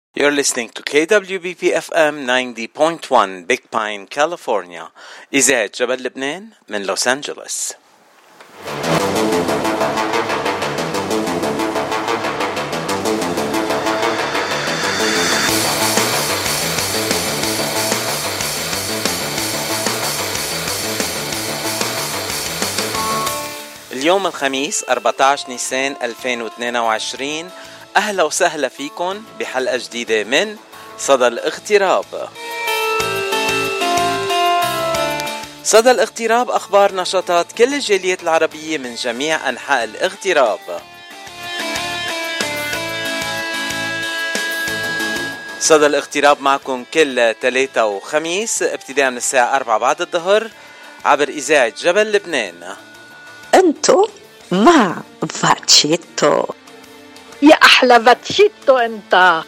You're listening to KWBP FM 90.1 Big Pine, California. إذاعة جبل لبنان من لوس أنجلوس. اليوم الخميس 14 نيسان 2022. أهلا وسهلا فيكن بحلقة جديدة من صدى الاغتراب. صدى الاغتراب أخبار نشاطات كل الجاليات العربية من جميع أنحاء الاغتراب. صدى الاغتراب معكم كل ثلاثة وخميس ابتداء من الساعة 4 بعد الظهر عبر إذاعة جبل لبنان. أنتو مع فاتشيتو. يا أحلى فاتشيتو أنت.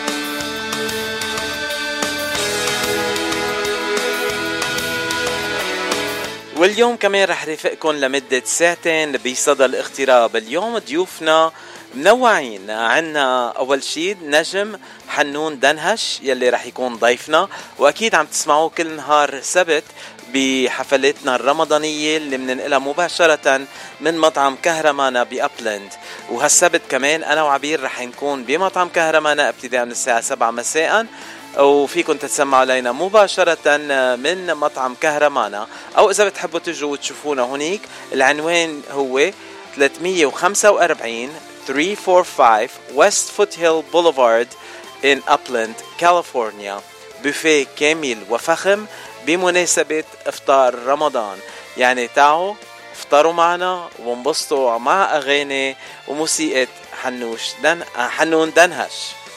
واليوم كمان رح رافقكم لمدة ساعتين بصدى الاغتراب. اليوم ضيوفنا منوعين. عنا أول شيء نجم حنون دنهش يلي رح يكون ضيفنا، وأكيد عم تسمعوه كل نهار سبت بحفلاتنا الرمضانية اللي مننقلها مباشرة من مطعم كهرمانا بأبلند. وهالسبت كمان أنا وعبير رح نكون بمطعم كهرمانا ابتداء من الساعة 7 مساء، وفيكم تتسمعوا علينا مباشرة من مطعم كهرمانا، أو إذا بتحبوا تجوا وتشوفونا هونيك العنوان هو 345 345 West Foothill Boulevard in Upland, California. بوفيه كامل وفخم بمناسبة افطار رمضان، يعني تعالوا افطروا معنا وانبسطوا مع أغاني وموسيقى حنون دنهش.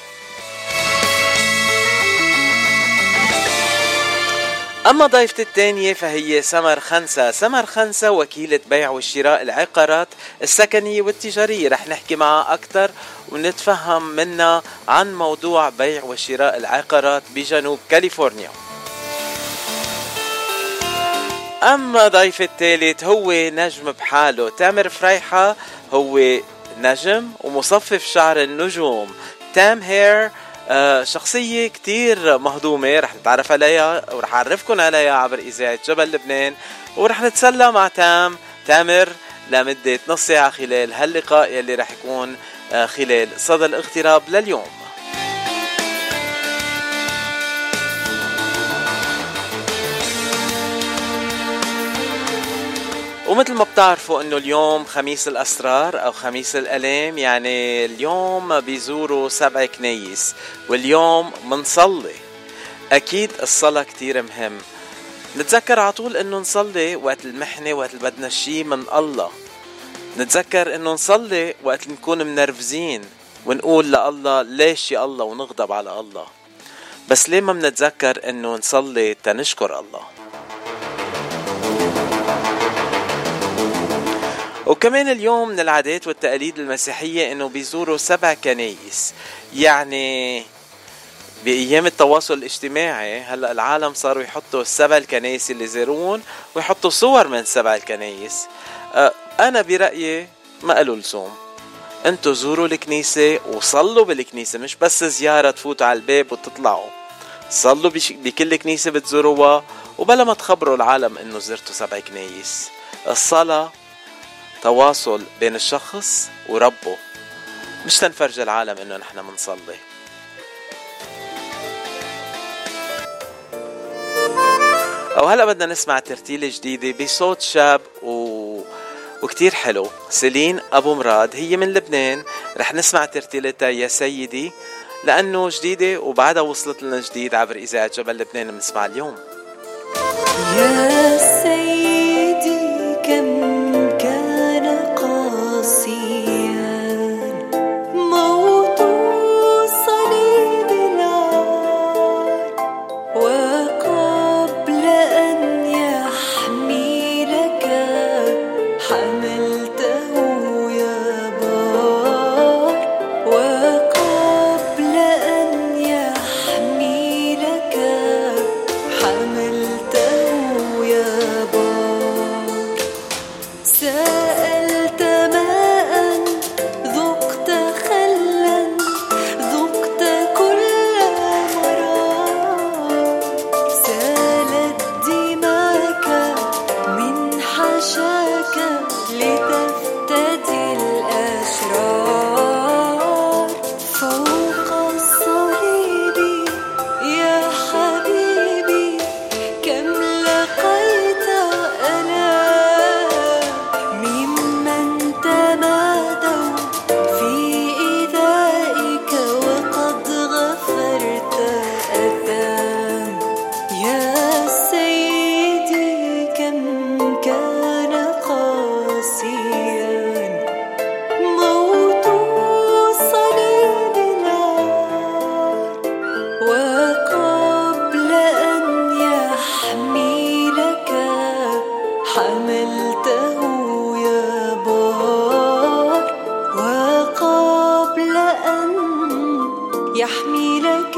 أما ضيفتي الثانية فهي سمر خنسة. سمر خنسة وكيلة بيع وشراء العقارات السكنية والتجارية. رح نحكي معها أكتر ونتفهم منها عن موضوع بيع وشراء العقارات بجنوب كاليفورنيا. أما ضيف الثالث هو نجم بحاله. تامر فريحة هو نجم ومصفف شعر النجوم. تام هير شخصية كتير مهضومة، رح نتعرف عليها ورح أعرفكم عليها عبر إذاعة جبل لبنان، ورح نتسلى مع تامر لمدة نص ساعة خلال هاللقاء يلي رح يكون خلال صدى الاغتراب لليوم. ومثل ما بتعرفوا انه اليوم خميس الاسرار او خميس الالام، يعني اليوم بيزوروا 7 كنايس، واليوم منصلي. اكيد الصلاة كتير مهم. نتذكر عطول انه نصلي وقت المحنة، وقت اللي بدنا شي من الله. نتذكر انه نصلي وقت نكون منرفزين ونقول لله ليش يا الله ونغضب على الله. بس ليه ما منتذكر انه نصلي تنشكر الله؟ وكمان اليوم من العادات والتقاليد المسيحية انه بيزوروا 7 كنايس. يعني بأيام التواصل الاجتماعي هلأ العالم صاروا يحطوا 7 الكنايس اللي زارون ويحطوا صور من 7 الكنايس. انا برأيي ما قالوا لزوم. انتوا زوروا الكنيسة وصلوا بالكنيسة، مش بس زيارة تفوتوا على الباب وتطلعوا. صلوا بكل كنيسة بتزوروها، وبلا ما تخبروا العالم انه زرتوا 7 كنايس. الصلاة تواصل بين الشخص وربه، مش تنفرج العالم انه نحن منصلي. او هلأ بدنا نسمع ترتيلة جديدة بصوت شاب وكتير حلو. سيلين أبو مراد هي من لبنان. رح نسمع ترتيلتها يا سيدي لأنه جديدة وبعدها وصلت لنا جديد عبر إذاعة جبل لبنان. بنسمع اليوم يا سيدي كم كان قاسيا موت صليب العار، وقبل أن يحملك حملته يا بار، وقبل أن يحملك حملته يا حميلك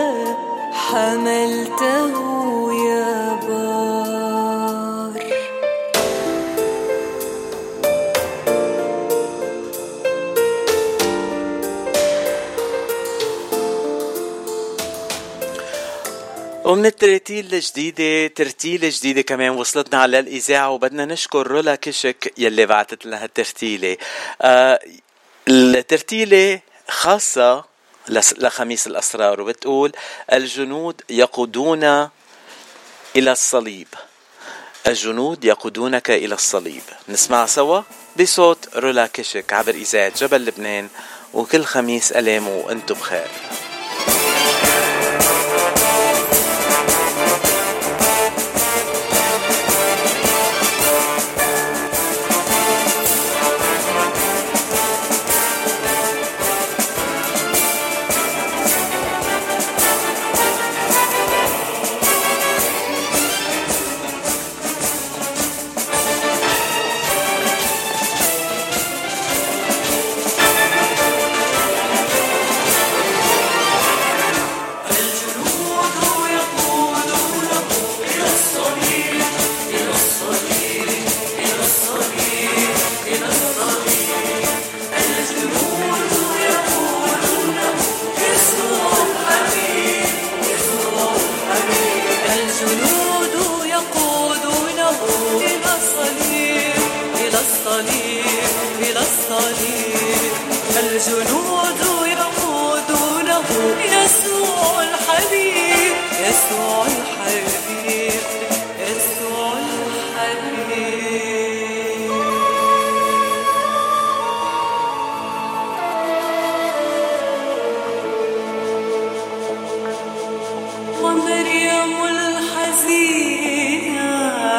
حملته يا بار. ومن الترتيل الجديدة ترتيلة جديدة كمان وصلتنا على الإذاعة، وبدنا نشكر رولا كشك يلي بعتت لها الترتيلة. الترتيلة خاصة لخميس الأسرار، وبتقول: الجنود يقودون إلى الصليب، الجنود يقودونك إلى الصليب. نسمع سوا بصوت رولا كشك عبر إذاعة جبل لبنان، وكل خميس ألام وأنتم بخير. الجنود يقودونه يسوع الحبيب، يسوع الحبيب، يسوع الحبيب. ومريم الحزينة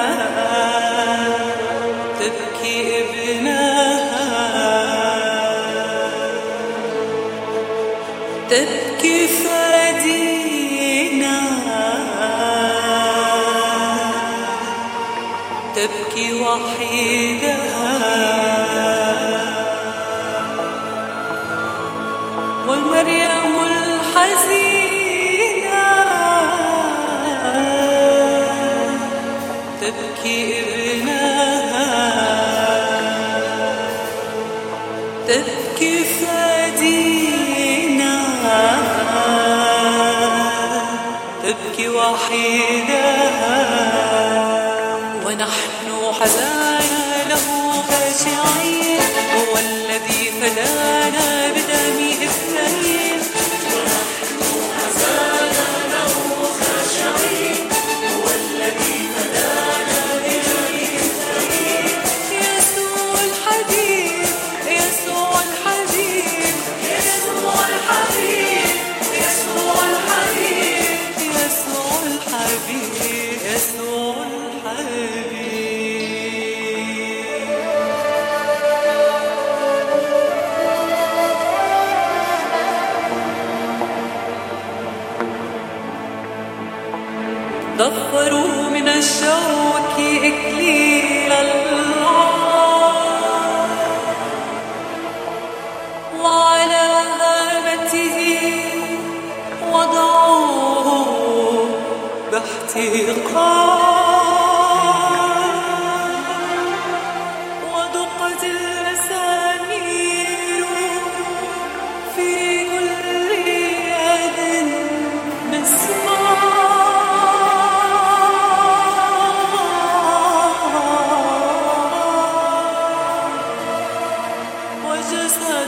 تبكي ابنها، تبكي فادينا، تبكي وحيدها. والمريم الحزينة تبكي ابنها، تبكي فادينا، تبكي وحيدها. ونحن حزانا له خاشعين، هو الذي فدانا بدم ابنين. ونحن حزانا له خاشعين، هو الذي فدانا بدم ابنين. يسوع الحبيب، يسوع الحبيب، يسوع الحبيب، يسوع الحبيب، يسوع الحبيب، يسوع الحبيب. ضفروا من الشوك إكليل العار، وعلى هامته وضعوه باحتقار. ودقت المسامير في كل يد مسمار. وجسد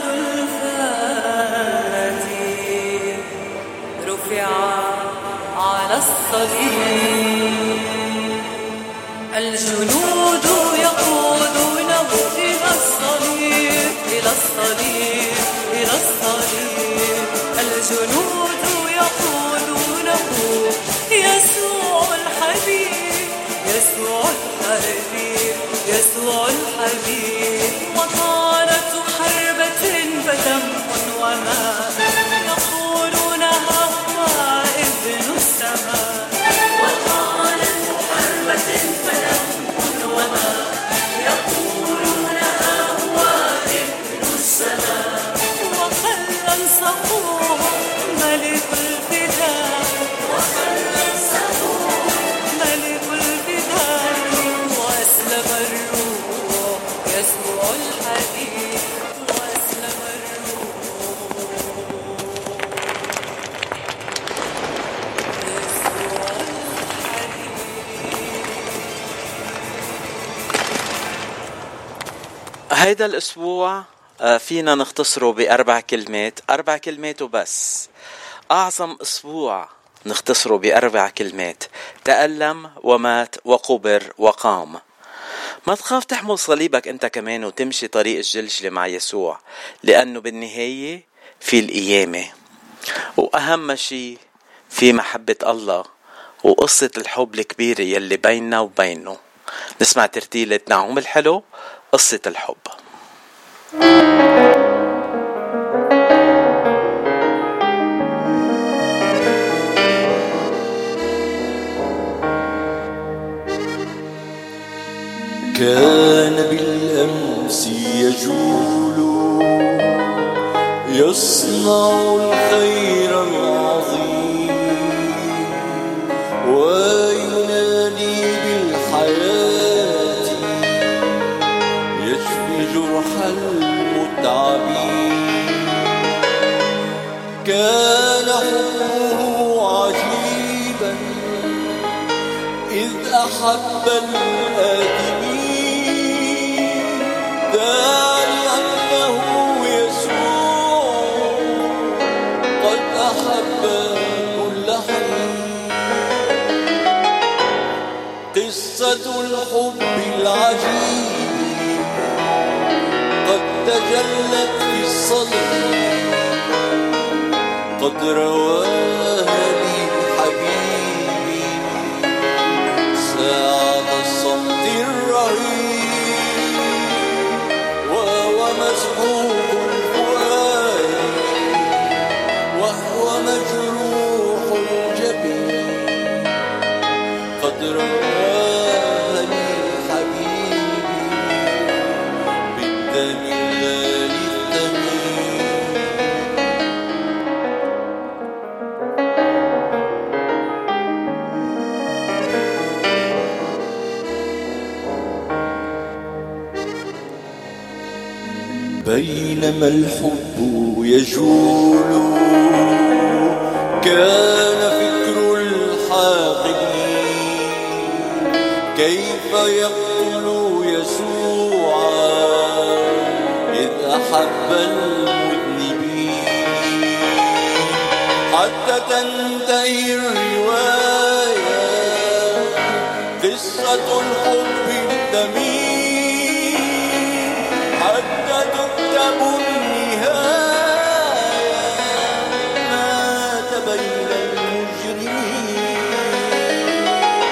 الفاتي رفع على الصليب. الجنود يقودونه إلى الصليب، إلى الصليب، إلى الصليب. الجنود يقودونه يسوع الحبيب، يسوع الحبيب، يسوع الحبيب. وطالت حربة فدم وماء، يقولون ها هو ابن السماء. وطالت حربة فدم وماء، يقولون ها هو ابن السماء. وقد ألصقوه ملك هيدا الأسبوع فينا نختصره ب4 كلمات، 4 كلمات وبس. أعظم أسبوع نختصره ب4 كلمات: تألم ومات وقبر وقام. ما تخاف تحمل صليبك أنت كمان وتمشي طريق الجلجلة مع يسوع، لأنه بالنهاية في القيامة، وأهم شيء في محبة الله وقصة الحب الكبيرة يلي بيننا وبينه. نسمع ترتيلة نعوم الحلو، قصة الحب. كان بالأمس يجول يصنع الخير العظيم وينادي بالحياة يشفي جرح المتعبين. كان حبه عجيبا إذ أحب الآدمين، لأنه يسوع قد أحب كل حين. قصة الحب العجيب قد تجلت في الصدر، قد رواها لي حبيبي ساعة الصمت الرهيب، وهو مسحوق الفؤاد وهو مجروح الجبين. قد رواها لي حبيبي بالدم الغالي الثمين. بينما الحب يجول كان فكر الحاقدين كيف يقتل يسوع إذ أحب المذنبين، حتى تنتهي الرواية قصة الحب الدميم، حتى تكتب النهاية مات بين المجرمين.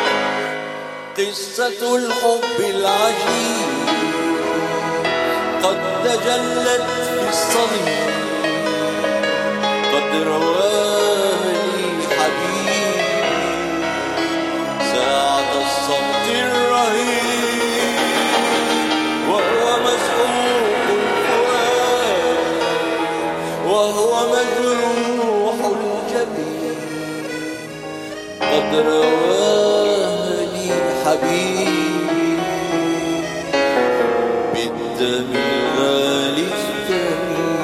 قصة الحب العجيب قد تجلت في الصليب، قد رواها لي حبيبي ساعة الصمت الرهيب، وهو مسحوق الفؤاد وهو مجروح الجبين. قد رواها لي حبيبي بالدم الغالي الثمين.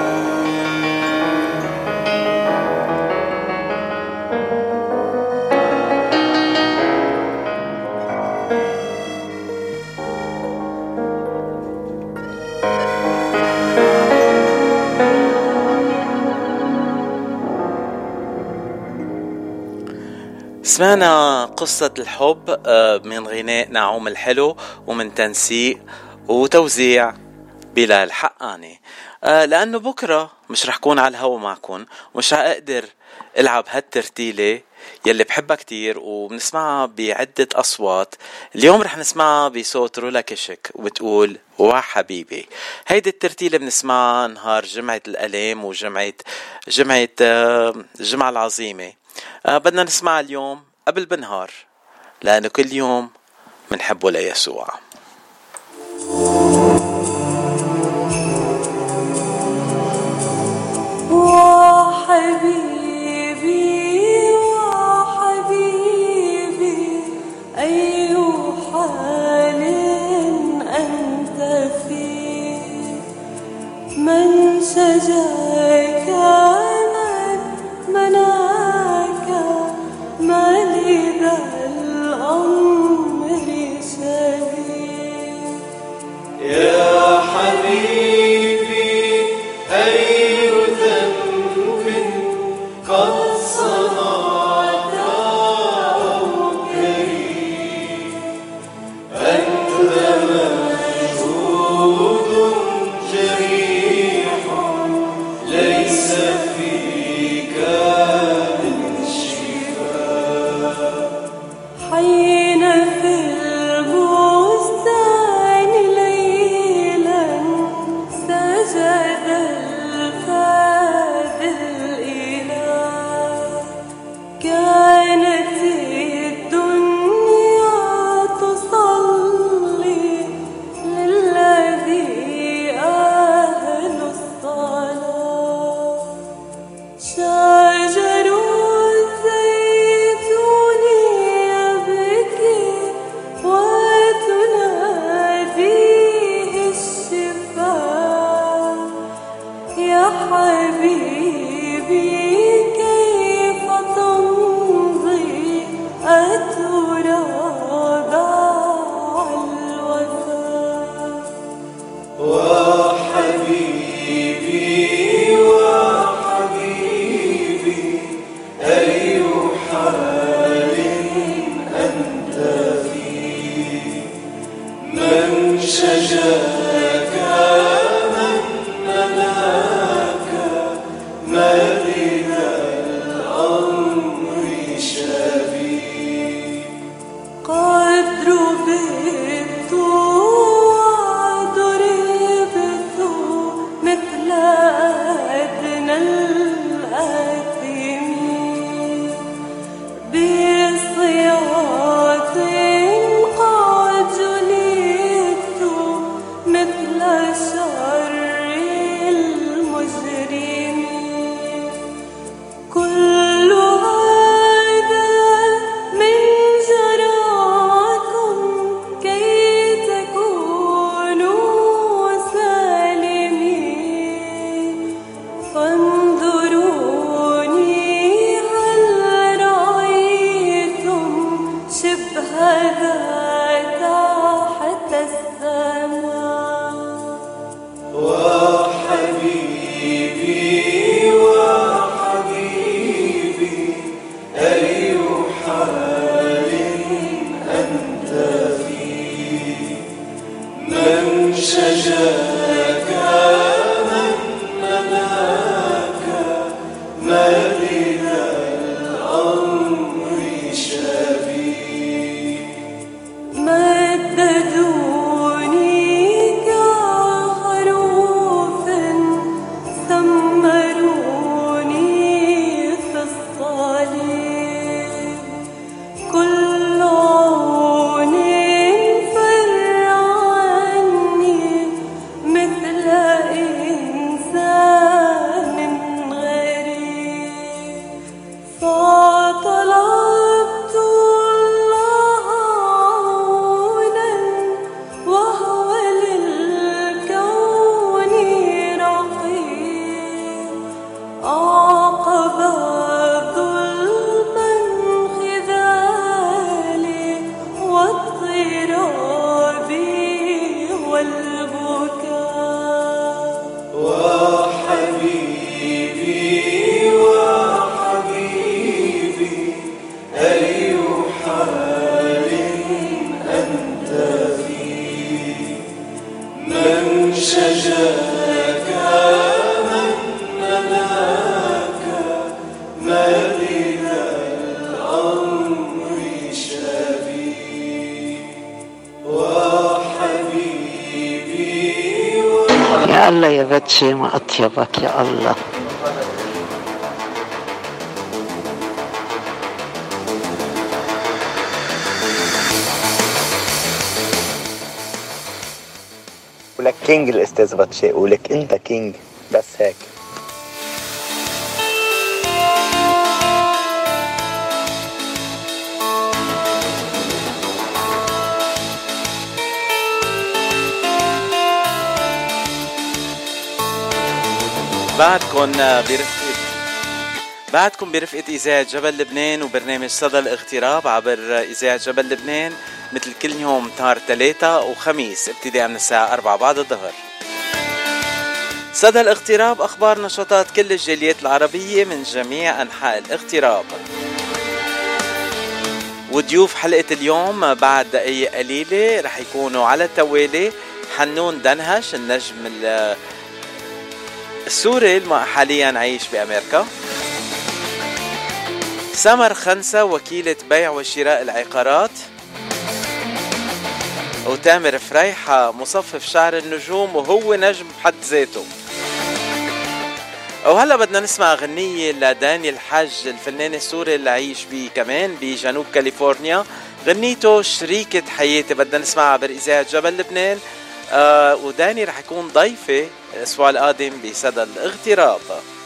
سمعنا قصة الحب من غناء نعوم الحلو ومن تنسيق وتوزيع بلال حقاني. لأنه بكرة مش رح كون على الهوا معكم ومش رح أقدر ألعب هالترتيلة يلي بحبها كتير وبنسمعها بعدة أصوات. اليوم رح نسمعها بصوت رولا كشك وبتقول وحبيبي. هيدي الترتيلة بنسمعها نهار جمعة الألام وجمعة الجمعة العظيمة. بدنا نسمعها اليوم قبل بنهار لأنه كل يوم منحبه ليسوع. وحبيبي وحبيبي أي حال أنت فيه، من شجاك من مناك ما لذا الأمر شبيه. يا ملك الأمر شبيه وحبيبي يا الله يا بتشي ما أطيبك يا الله. ولك كينج الأستاذ باتشي، ولك أنت كينج بس هيك. بعدكم برفقة إذاعة جبل لبنان وبرنامج صدى الاغتراب عبر إذاعة جبل لبنان مثل كل يوم نهار 3 وخميس ابتداء من الساعة 4 بعد الظهر. صدى الاغتراب أخبار نشاطات كل الجاليات العربية من جميع أنحاء الاغتراب. وضيوف حلقة اليوم بعد دقايق قليلة رح يكونوا على التوالي حنون دنهش النجم السوري حاليا عايش بأمريكا، سمر خنسة وكيلة بيع وشراء العقارات، وتامر فريحة مصفف شعر النجوم وهو نجم بحد ذاته. وهلا بدنا نسمع غنية لداني الحج الفنان السوري اللي عايش كمان بجنوب كاليفورنيا، غنيته شريكة حياتي بدنا نسمعها عبر إذاعة جبل لبنان. وداني رح يكون ضيفي الأسبوع القادم بصدى الاغتراب.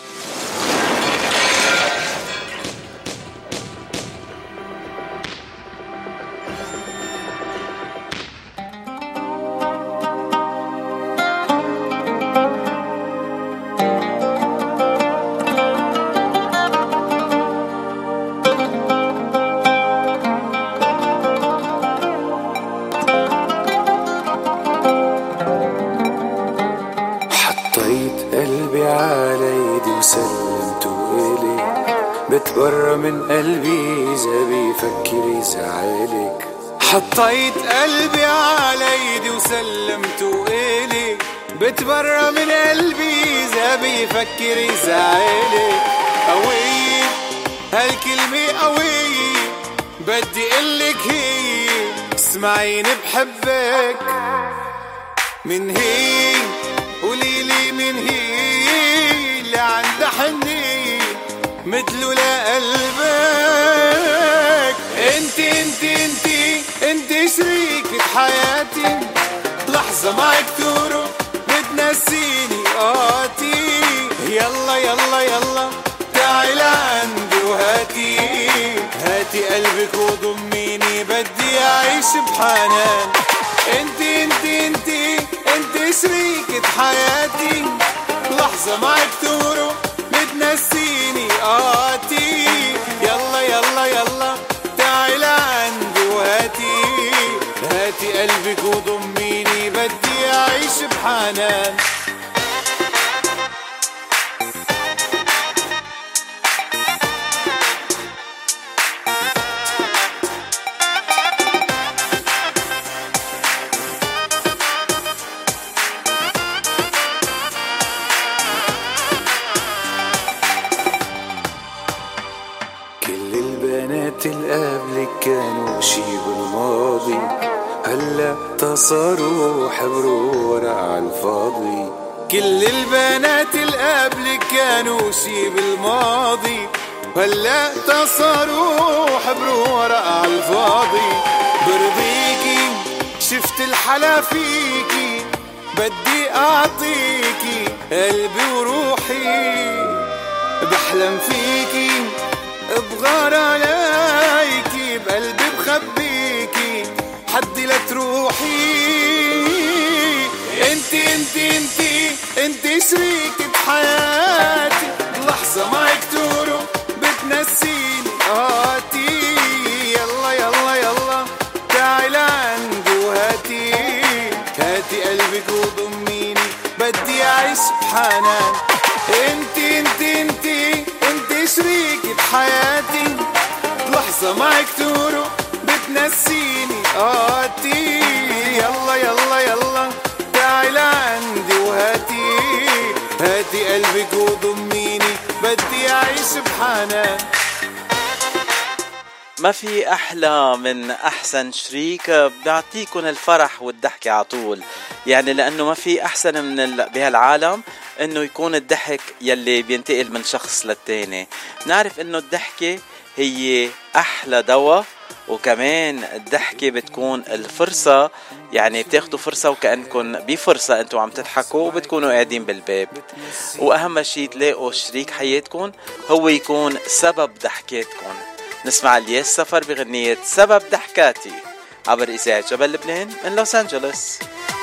بتبرى من قلبي إذا بيفكر يزعلك. حطيت قلبي على ايدي وسلمته إلك، بتبرى من قلبي إذا بيفكر يزعلك. قوية هالكلمة قوية بدي قلك هي، اسمعيني بحبك من هي، قوليلي من هي اللي عندها حنية مثله لقلبك. انت شريكة حياتي، لحظة معك تروح بتنسيني قاتي. يلا يلا يلا تعي لعندي وهاتي، هاتي قلبك وضميني بدي اعيش بحنان. انت شريكة حياتي، لحظة معك تروح بتنسيني قاتي. يلا يلا يلا تعي لعندي وهاتي، هاتي قلبك وضميني بدي اعيش بحنان. قبلك كانوا شي بالماضي، هلا تصاروا حبروا ورق عالفاضي. كل البنات اللي قبلك كانوا شي بالماضي، هلا تصاروا حبروا ورق عالفاضي. برضيكي شفت الحلا فيكي، بدي اعطيكي قلبي وروحي. بحلم فيكي بغار عليكي، بقلبي بخبيكي حدي لا تروحي. انت شريكة حياتي، لحظة معك تروح بتنسيني قاتي. يلا يلا يلا تعي لعندي وهاتي، هاتي قلبك وضميني بدي اعيش بحنان. انت شريكة حياتي، لحظة معك تروح بتنسيني قاتي. يلا يلا يلا تعي لعندي وهاتي، هاتي قلبك وضميني بدي أعيش بحنان. ما في أحلى من أحسن شريك بيعطيكم الفرح والضحكة عطول، يعني لأنه ما في أحسن من بهالعالم أنه يكون الضحك يلي بينتقل من شخص للتاني. نعرف أنه الضحكة هي أحلى دواء، وكمان الضحكة بتكون الفرصة، يعني بتاخدوا فرصة وكأنكم بفرصة أنتوا عم تضحكوا وبتكونوا قاعدين بالباب. وأهم شيء تلاقوا شريك حياتكم هو يكون سبب ضحكاتكم. نسمع الياس سفر بغنية سبب ضحكاتي عبر إذاعة جبل لبنان من لوس أنجلوس.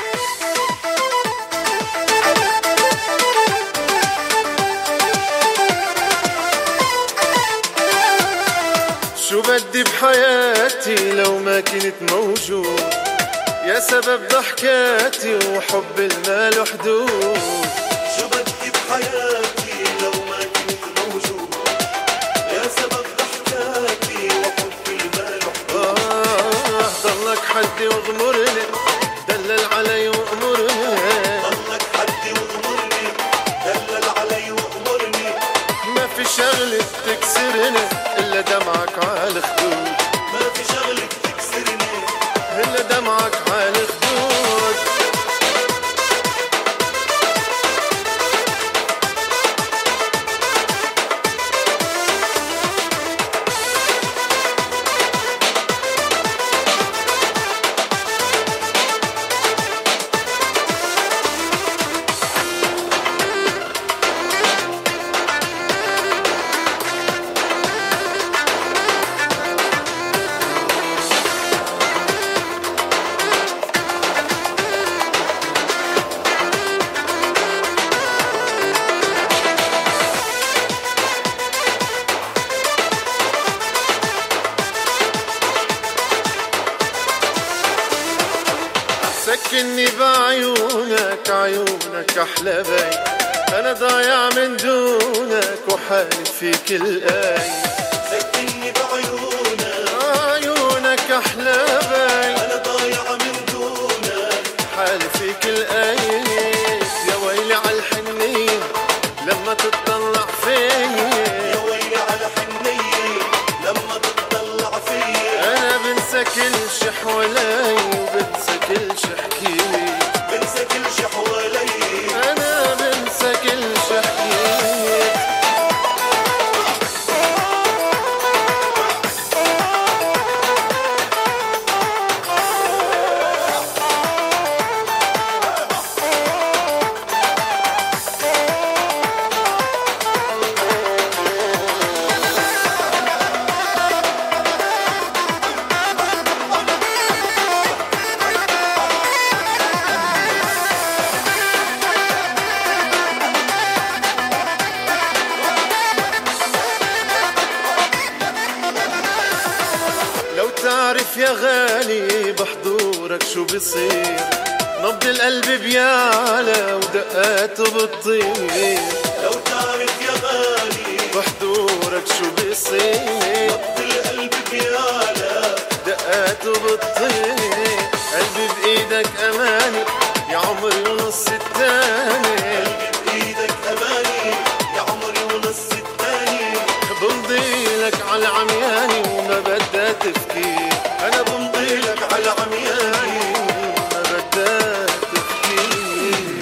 شو بدي بحياتي لو ما كنت موجود، يا سبب ضحكاتي وحب المال وحدود. شو بدي بحياتي لو ما كنت موجود، يا سبب ضحكاتي وحب المال وحدود. ضلك حدي واغمرني، دلل علي وامرني، ضلك حدي واغمرني، دلل علي وامرني. ما في شغلة تكسرني إلا دمعك على الخدود، ما في شغلة تكسرني إلا دمعك على الخدود. سكني بعيونك، عيونك أحلى بي، أنا ضايع من دونك وحالي فيك الآي. سكني بعيونك، عيونك أحلى بي، أنا ضايع من دونك حالي فيك الآي. يا ويلي عالحنية لما تتطلع فيا، يا ويلي على حنية لما تتطلع فيا. أنا بنسى كل شي حوالي وبنسى كل شي حكيلي، بنسى كل شي حوالي، أنا بنسى كل شي حكيلي. تعرف يا غالي بحضورك شو بصير، نبض القلب بيعلى ودقاته بتطير. لو تعرف يا غالي بحضورك شو بصير، نبض القلب بيعلى دقاته بتطير. قلبي بإيدك أماني يا عمري ونص التاني، قلبي بإيدك أماني يا عمري ونص التاني. بمضيلك على عمياني وما بدها تفكير، أنا بمضيلك على عمياني وما بدها تفكير.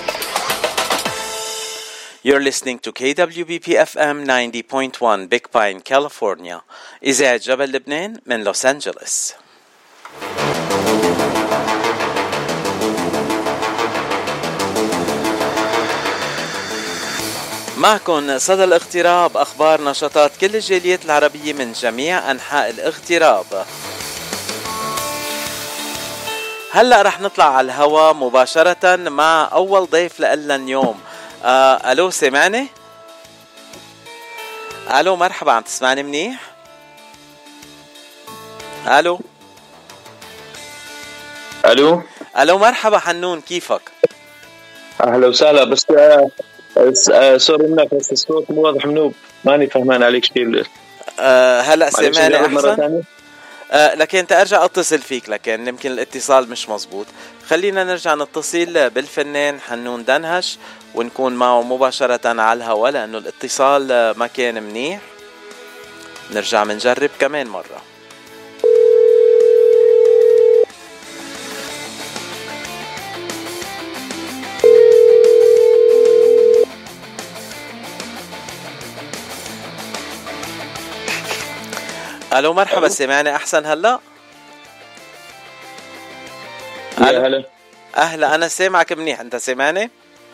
You're listening to KWBP FM 90.1 Big Pine, California. إذاعة جبل لبنان من لوس أنجلوس. معكم صدى الاغتراب، أخبار نشاطات كل الجاليات العربية من جميع أنحاء الاغتراب. هلأ رح نطلع على الهواء مباشرة مع أول ضيف لنا اليوم. ألو سمعني؟ ألو مرحبا، عم تسمعني منيح؟ ألو ألو ألو مرحبا حنون، كيفك؟ أهلا وسهلا. بس سوري منك، بس الصوت مو واضح منوب، ماني فهمان عليك كثير. هلأ سمعني أحسن؟ لكن تأرجع اتصل فيك، لكن يمكن الاتصال مش مزبوط. خلينا نرجع نتصل بالفنان حنون دنهش ونكون معه مباشرة على الهواء لأنه الاتصال ما كان منيح. نرجع منجرب كمان مرة. الو مرحبا، سمعني احسن هلا؟ يا هلا. اهلا، انا سامعك منيح، انت سامعني؟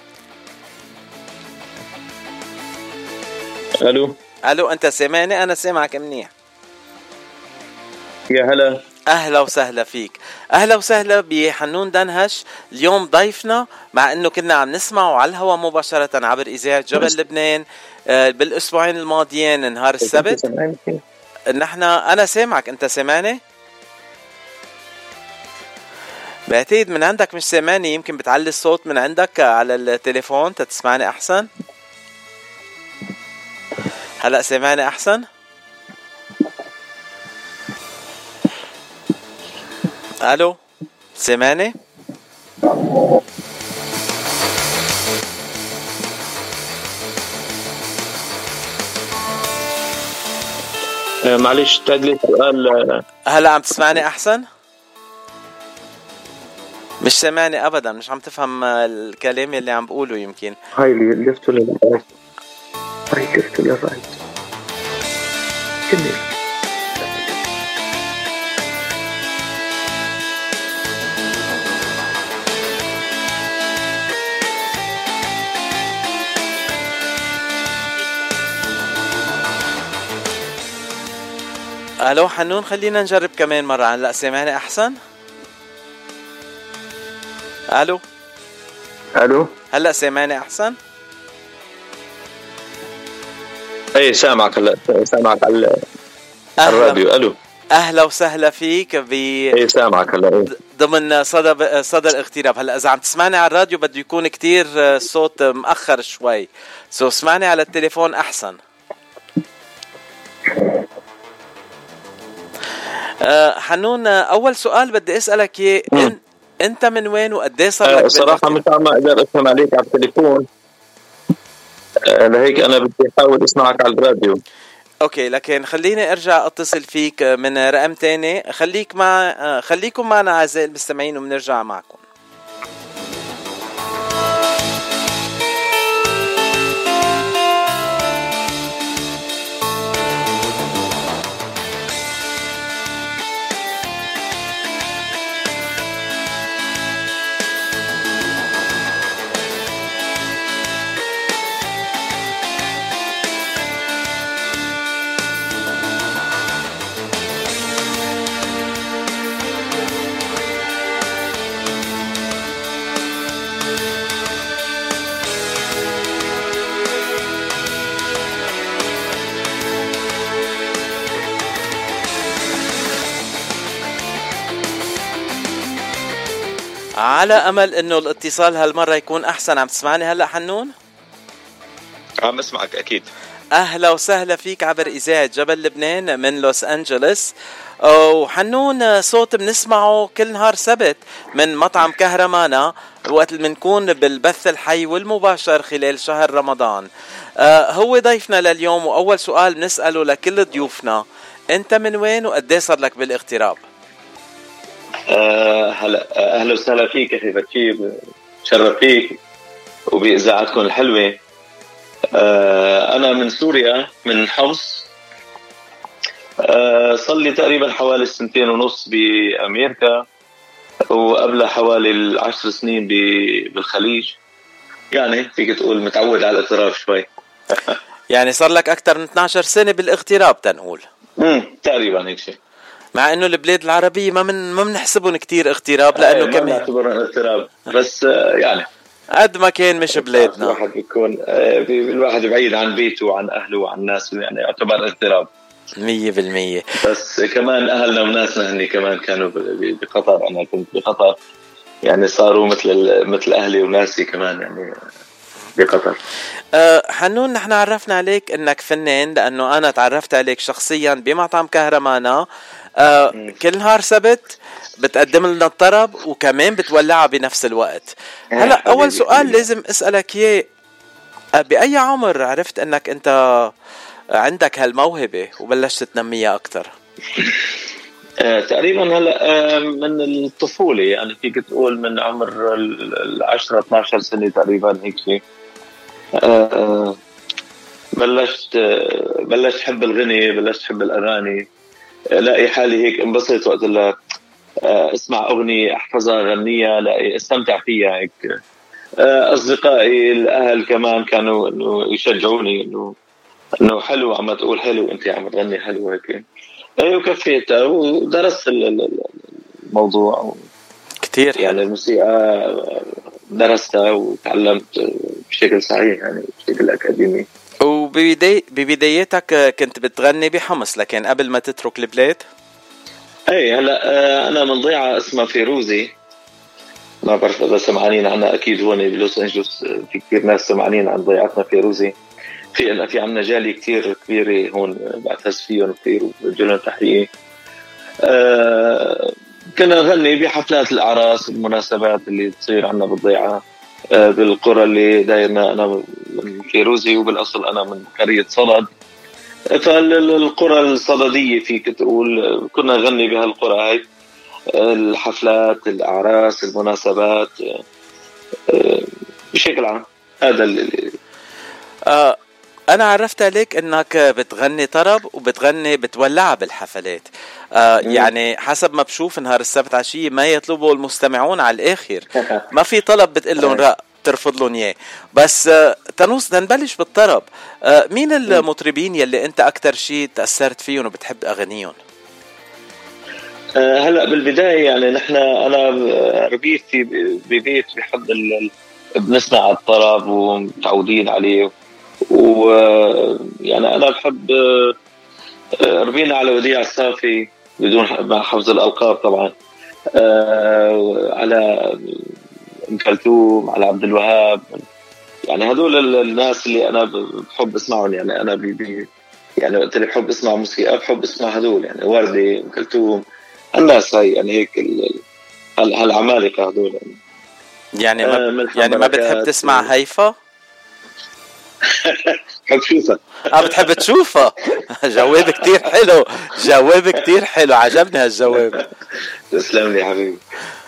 الو انت سامعني؟ انا سامعك منيح. يا هلا. اهلا وسهلا فيك، اهلا وسهلا بحنون دنهش. اليوم ضيفنا، مع انه كنا عم نسمعه على الهواء مباشرة عبر اذاعة جبل لبنان بالاسبوعين الماضيين نهار السبت. انا سامعك، انت سامعني؟ بعتقد من عندك مش سامعني، يمكن بتعلي الصوت من عندك على التليفون تسمعني احسن. هلا سامعني احسن؟ الو سامعني؟ معلش تقلي سؤال. هلا عم تسمعني احسن؟ مش سامعني ابدا، مش عم تفهم الكلام اللي عم بقوله. يمكن هاي لفته للرايت، هاي لفته للرايت. كمل. الو حنون، خلينا نجرب كمان مرة. هلا سامعني احسن؟ الو هلا سامعني احسن؟ اي سامعك هلا، سامعك على الراديو. الو اهلا وسهلا فيك اي سامعك هلا ضمن صدى الاغتراب. هلا اذا عم تسمعني على الراديو بده يكون كتير صوت مأخر شوي، اسمعني على التليفون احسن. حنون، اول سؤال بدي اسالك اياه، انت من وين وقديه صار لك؟ صراحه مش عم اقدر افهم عليك على التليفون، لهيك انا بدي احاول اسمعك على الراديو. اوكي، لكن خليني ارجع اتصل فيك من رقم تاني. خليكم معنا اعزائي المستمعين وبنرجع معكم. على امل انه الاتصال هالمره يكون احسن. عم تسمعني هلا حنون؟ عم اسمعك اكيد. اهلا وسهلا فيك عبر اذاعه جبل لبنان من لوس انجلوس. وحنون صوت بنسمعه كل نهار سبت من مطعم كهرمانا وقت اللي بنكون بالبث الحي والمباشر خلال شهر رمضان. هو ضيفنا لليوم، واول سؤال بنساله لكل ضيوفنا، انت من وين وقديه صار لك بالاغتراب؟ هلا اهلا وسهلا فيك اخي بكير، شرف فيك وباذاعتكم الحلوه. انا من سوريا، من حمص. صار لي تقريبا حوالي 2.5 سنين بامريكا، وقبلها حوالي 10 سنين بالخليج. يعني فيك تقول متعود على الاغتراب شوي. يعني صار لك اكثر من 12 سنه بالاغتراب تنقول؟ تقريبا هيك شيء. مع انه البلاد العربيه ما بنحسبهم كتير اغتراب، لانه كمان ما نعتبرهم اغتراب، بس يعني قد ما كان مش بلادنا. الواحد بيكون الواحد بعيد عن بيته وعن اهله وعن الناس، يعني يعتبر اغتراب 100%. بس كمان اهلنا وناسنا هني كمان كانوا بقطر، انا كنت بقطر، يعني صاروا مثل اهلي وناسي كمان. يعني بقطر. حنون، نحن عرفنا عليك انك فنان لانه انا تعرفت عليك شخصيا بمطعم كهرمانا. كل نهار سبت بتقدم لنا الطرب وكمان بتولعها بنفس الوقت. هلا اول سؤال لازم اسألك اياه، بأي عمر عرفت انك انت عندك هالموهبة وبلشت تنميها اكتر؟ تقريبا هلا من الطفولة، يعني فيك تقول من عمر 10-12 سنة تقريبا هيك شيء. بلشت حب الغني، بلشت حب الأغاني. لاقي حالي هيك انبسط وقت اللي اسمع أغنية أحفظها أغنيها، لاقي استمتع فيها هيك. أصدقائي الأهل كمان كانوا إنه يشجعوني إنه حلو عم تقول حلو، أنت عم تغني حلو هيك. وكفيت ودرست الموضوع كتير يعني الموسيقى درستها وتعلمت بشكل صحيح يعني بشكل أكاديمي. وببدايتك كنت بتغني بحمص، لكن قبل ما تترك البلاد؟ اي هلا انا من ضيعة اسمها فيروزي، ما بعرف اذا سمعانين عنها، اكيد هون بلوس انجلوس في كثير ناس سمعانين عن ضيعتنا فيروزي. في عندنا جالية كتير كبيرة هون بعتز فيهم كثير وبوجه تحية. كنا نغني بحفلات الأعراس المناسبات اللي تصير عنا بالضيعة بالقرى اللي دايرنا. أنا من فيروزي وبالأصل أنا من قرية صدد، فالقرى الصددية فيك تقول كنا نغني بهالقرى هاي الحفلات الأعراس المناسبات بشكل عام. هذا اللي أنا عرفت عليك أنك بتغني طرب وبتغني بتولعها بالحفلات. يعني حسب ما بشوف نهار السبت عشية ما يطلبوا المستمعون على الآخر، ما في طلب بتقلهم رأ ترفض لهم إياه. بس تنوس نبلش بالطرب. مين المطربين يلي أنت أكتر شيء تأثرت فيهم وبتحب أغنيهم؟ هلأ بالبداية يعني أنا ربيت ببيت بحب بنسمع الطرب ومتعودين عليه، ويعني أنا بحب ربينا على وديع الصافي بدون مع حفظ الألقاب طبعا، على أم كلثوم، على عبد الوهاب. يعني هذول الناس اللي أنا بحب أسمعهم. يعني أنا يعني وقت اللي بحب أسمع موسيقى بحب أسمع هذول، يعني وردة، أم كلثوم، الناس هاي يعني هيك هالعمالقة هذول. يعني ما بتحب تسمع هيفا؟ بحب شوفها. بتحب تشوفها. جواب كتير حلو، جواب كتير حلو، عجبني هالجواب. تسلم لي حبيبي.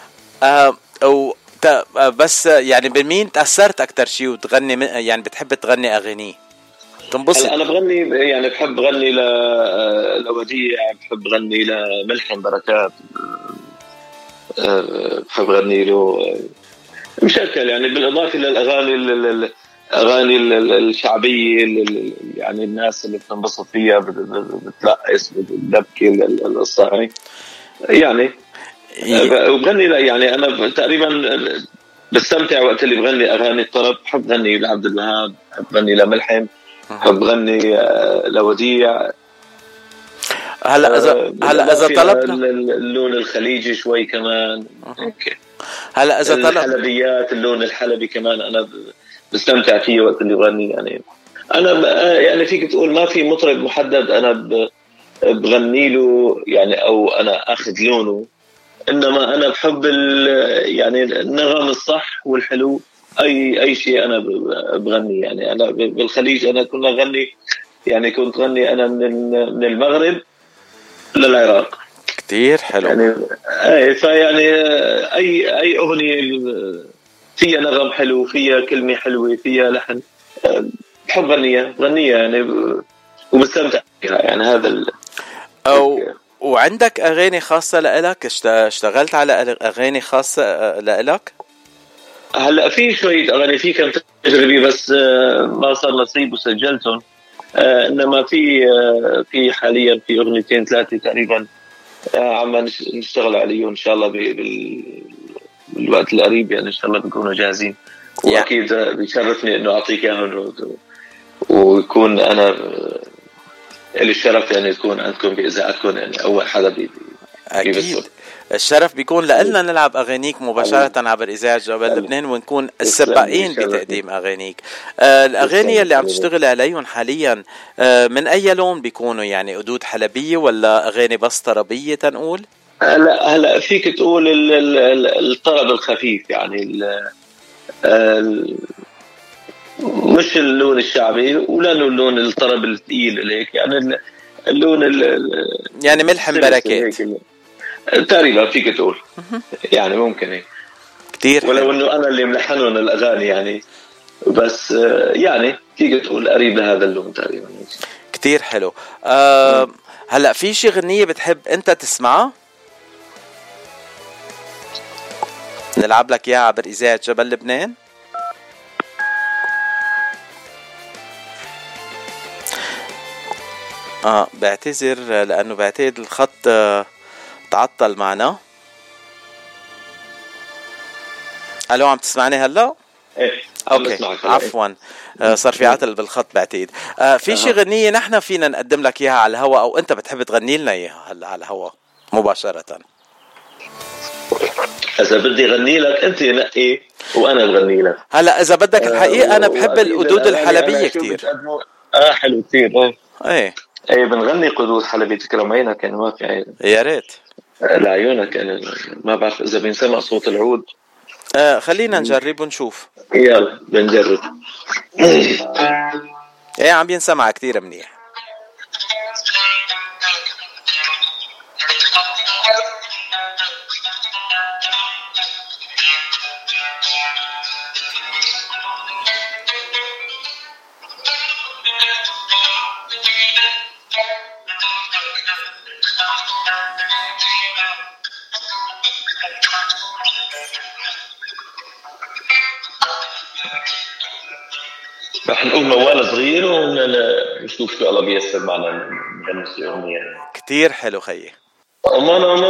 بس يعني بمين تأثرت أكتر شيء وتغني يعني بتحب تغني أغانيه تنبسط؟ أنا بغني يعني بحب غني لوديع، بحب غني لملحم بركات، بحب غني له مشكل يعني، بالإضافة للأغاني الأغاني الشعبية يعني الناس اللي بتنبسط فيها بترقص بتبكي الصاعي يعني. وبغني يعني أنا تقريبا بستمتع وقت اللي بغني أغاني الطرب. بحب غني لعبد الوهاب، بحب غني لملحم، بحب غني لوديع. هلا إذا طلبنا اللون الخليجي شوي كمان. هلا إذا طلبنا الحلبيات، اللون الحلبي كمان أنا بستمتع فيه وقت اللي بغني. يعني أنا يعني فيك تقول ما في مطرب محدد أنا بغني له يعني أو أنا أخذ لونه، إنما أنا بحب يعني النغم الصح والحلو. أي شيء أنا بغني. يعني أنا بالخليج أنا كنا غني، يعني كنت غني أنا من المغرب للعراق. كتير حلو يعني. فيعني أي أغنية فيها نغم حلو، فيها كلمة حلوة، فيها لحن، بحب غنيها يعني وبستمتع فيها. يعني هذا وعندك أغاني خاصة لإلك؟ اشتغلت على أغاني خاصة لإلك؟ هلأ في شوية أغاني في كانت تجربي بس ما صار نصيب وسجلتهم. إنما في حاليا في أغنيتين 3 تقريبا عم نشتغل عليهم إن شاء الله بالوقت القريب. يعني إن شاء الله بيكونوا جاهزين. وأكيد بيشرفني إنه أعطيك إياهم ويكون أنا لي الشرف يعني تكون عندكم بإذاعتكم يعني أول حدا أكيد الشرف بيكون لنا نلعب أغانيك مباشرة عبر إذاعة جبل لبنان ونكون السباقين بتقديم أغانيك. الأغاني اللي عم تشتغل عليهم حاليا من أي لون بيكونوا؟ يعني قدود حلبية ولا أغاني بس طربية تنقول؟ لا هلا فيك تقول الطرب الخفيف، يعني مش اللون الشعبي ولا اللون الطرب الثقيل هيك، يعني اللون يعني ملحم بركات تقريبا فيك تقول. يعني ممكن هيك كتير، ولو انه انا اللي ملحنهم الاغاني يعني، بس يعني فيك تقول قريب لهذا اللون تقريبا. كتير حلو. هلا في شي غنية بتحب انت تسمعها نلعب لك اياها عبر إذاعة جبل لبنان؟ بعتذر لانه بعتقد الخط تعطل معنا. الو عم تسمعني هلا؟ ايه اوكي عفوا صار في عطل بالخط بعتقد. في شي غنية نحن فينا نقدم لك اياها على الهواء او انت بتحب تغني لنا اياها هلا على الهواء مباشرة؟ اذا بدي غني لك انت نقي وانا بغني لك. هلا اذا بدك الحقيقة انا بحب القدود الحلبية كتير. حلو كتير. ايه بنغني قدود حلبية تكرمينك، يعني ما في عين. يا ريت لعيونك، يعني ما بعرف اذا بينسمع صوت العود. خلينا نجرب ونشوف. يلا بنجرب. ايه عم ينسمع كتير منيح. رح نقول موال صغير ونشوف شو الله بيسر معنا نغني أغنية. كتير حلو خيي. أمان أمان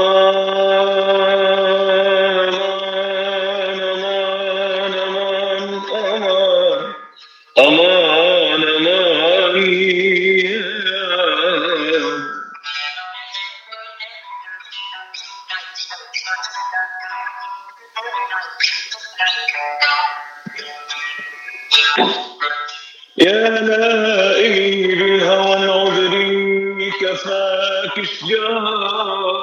أمان أمان أمان يا لائمي بالهوى العذري كفاك اشجار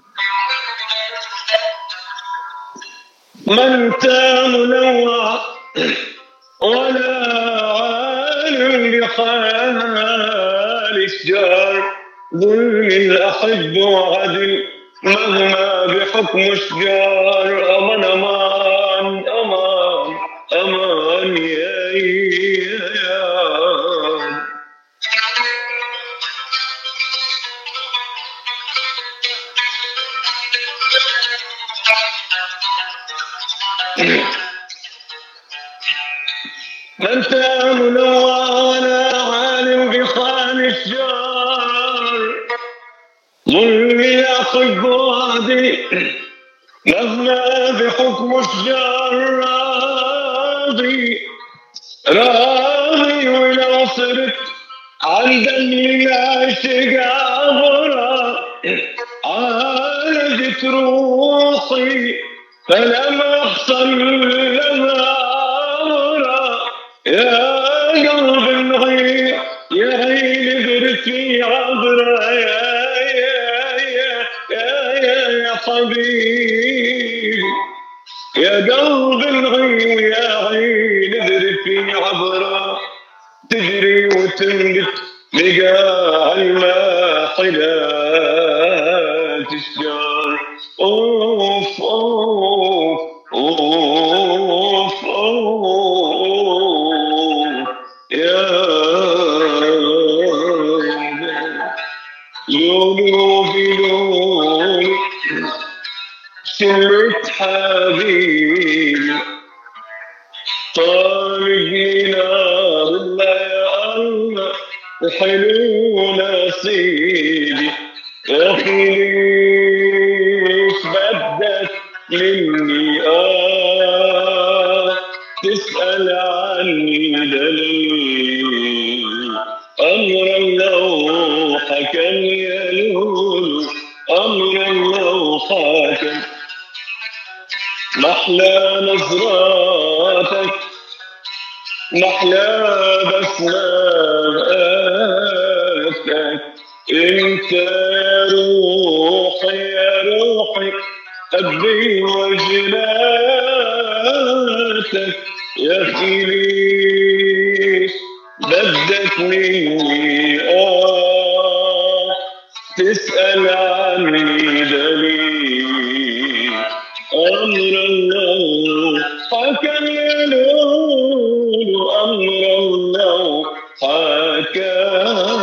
من منوع ولا عالم بحال الشجار ظلم الأحب وعدل مهما بحكم شجار أمان أمان أمان أمان يا من منوع ولا عالم بخان الشجار ظلم يأخذ بعدي مهما بحكم الشجار راضي ولو صرت عن دمي العاشق عبرة عالجت روحي فلم أحصل لها عبرة يا قلب الغير يا عين برتي عبرة يا حبيبي يا قلب الغير يا عين برتي عبرة تجري وتنبت بقاع الماحلات الشجار أوف أوف أوف أوف يا لولو في لولو شلت حبيبي طالقني نار الله يا الله حلو نصيبي يا أخي ليش بدك مني تسأل عني دليل أمر الله حكم يا لولو أمر الله محلى نظراتك محلى بسماتك انت روحي يا روحي قلبي وجناتك يا خليل بدك مني تسأل عني دليل أمر الله حكم يا نور أمر الله حكم.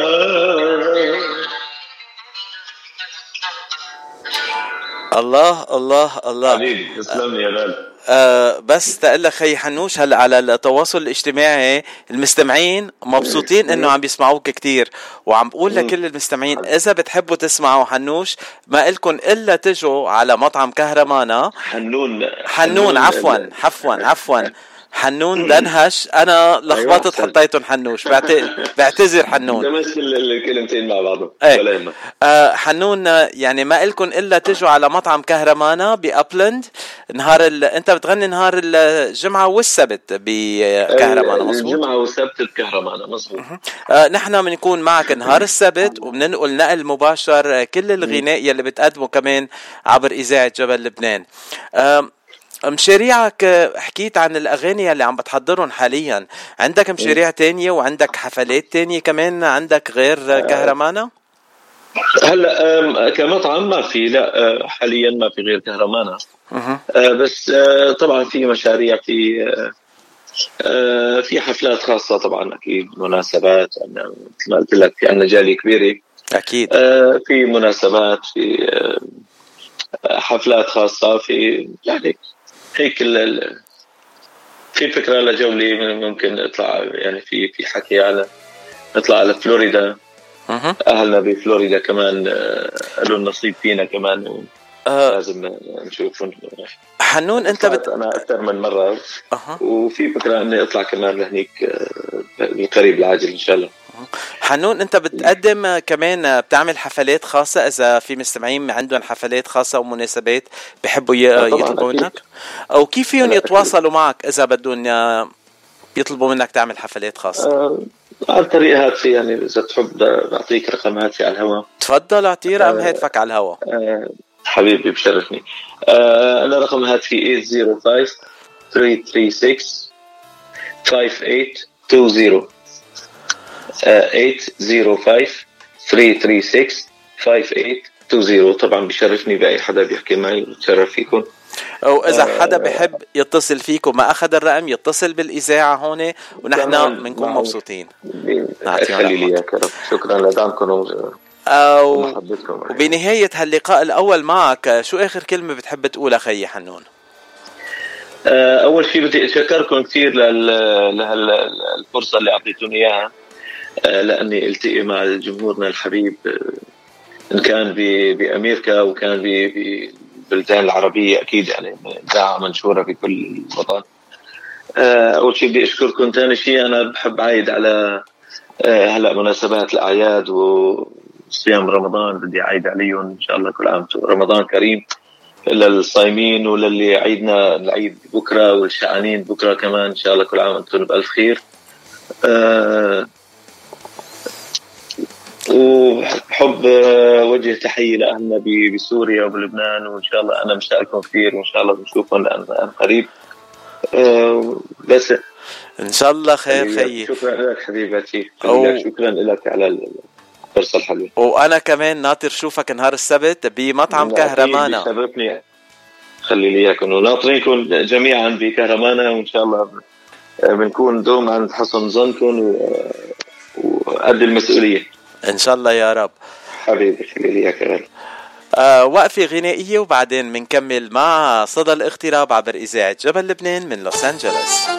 الله الله الله حبيبي تسلم يا غالي. بس تقول لك خي حنوش هلا على التواصل الاجتماعي المستمعين مبسوطين انه عم بيسمعوك كتير، وعم بقول لكل المستمعين اذا بتحبوا تسمعوا حنوش ما إلكن الا تجوا على مطعم كهرمانا. حنون عفوا حنون دنهش. انا لخبطت حطيتهم حنوش، بعتذر حنون. دمجت الكلمتين مع بعضهم. حنون يعني ما إلكن الا تجوا على مطعم كهرمانا بأبلند نهار انت بتغني نهار الجمعة والسبت بكهرمانا مظبوط؟ الجمعة والسبت بكهرمانا مظبوط. نحن بنكون معك نهار السبت وبننقل نقل مباشر كل الغناء يلي بتقدمه كمان عبر إذاعة جبل لبنان. مشاريعك حكيت عن الأغاني اللي عم بتحضرهم حاليا، عندك مشاريع تانية وعندك حفلات تانية كمان عندك غير كهرمانا؟ هلا كمطعم ما في، لا حاليا ما في غير كهرمانا. بس طبعا في مشاريع، في حفلات خاصة طبعا أكيد، مناسبات مثل ما قلت لك في عندنا جالية كبيرة أكيد، في مناسبات، في حفلات خاصة، في يعني هيك في فكرة لجولة ممكن نطلع، يعني في حكي على نطلع على فلوريدا. أهلنا بفلوريدا كمان له النصيب فينا كمان، لازم نشوفهم. حنون أنت أنا أكثر من مرة وفي فكرة إني أطلع كمان لهنيك بالقريب العاجل إن شاء الله. حنون أنت بتقدم كمان، بتعمل حفلات خاصة إذا في مستمعين عندهم حفلات خاصة ومناسبات بيحبوا يطلبوا منك، أو كيف فيهم يتواصلوا معك إذا بدهم يطلبوا منك تعمل حفلات خاصة؟ عن طريق هاتفي، يعني إذا تحب أعطيك رقم هاتفي على الهواء. تفضل أعطي رقم هاتفك على الهواء. حبيبي بشرفني. أنا رقم هاتفي 805-336-5820 805-336-5820. طبعا بشرفني بأي حدا بيحكي معي، بتشرف فيكم. أو إذا حدا بحب يتصل فيكم ما أخذ الرقم يتصل بالإذاعة هون ونحن بنكون مبسوطين. خلي لي يا رب. شكرا لدعمكم ومحبتكم. وبنهاية هاللقاء الأول معك شو آخر كلمة بتحب تقولها خي حنون؟ أول شيء بدي أشكركم كثير لهالفرصة اللي أعطيتوني إياها، لأني التقي مع جمهورنا الحبيب، إن كان بأمريكا وكان بالبلدان العربية أكيد، يعني إذاعة منشورة في كل الوطن. أول شيء بدي أشكركم. ثاني شيء أنا بحب عايد على هلأ مناسبات الأعياد وصيام رمضان، بدي عايد عليهم إن شاء الله كل عام رمضان كريم للصايمين، وللي عيدنا العيد بكرة والشعانين بكرة كمان إن شاء الله كل عام أنتم بألف خير. وحب وجه تحية لأهلنا بسوريا وبلبنان، وإن شاء الله أنا مشتاقكم كثير، وإن شاء الله بنشوفهم لأن قريب. بس إن شاء الله خير خيي. شكرا لك حبيبتي، شكرا لك على الفرصة الحلوة. وأنا كمان ناطر شوفك نهار السبت بمطعم كهرمانا. شرفني، خلي لي إياكم، وناطرينكم جميعا بكهرمانا، وإن شاء الله بنكون دوم عند حسن ظنكم وقد المسؤولية إن شاء الله يا رب. حبيبي خلي لي إياك غالي. وقفة غنائية وبعدين منكمل مع صدى الاغتراب عبر إذاعة جبل لبنان من لوس أنجلوس.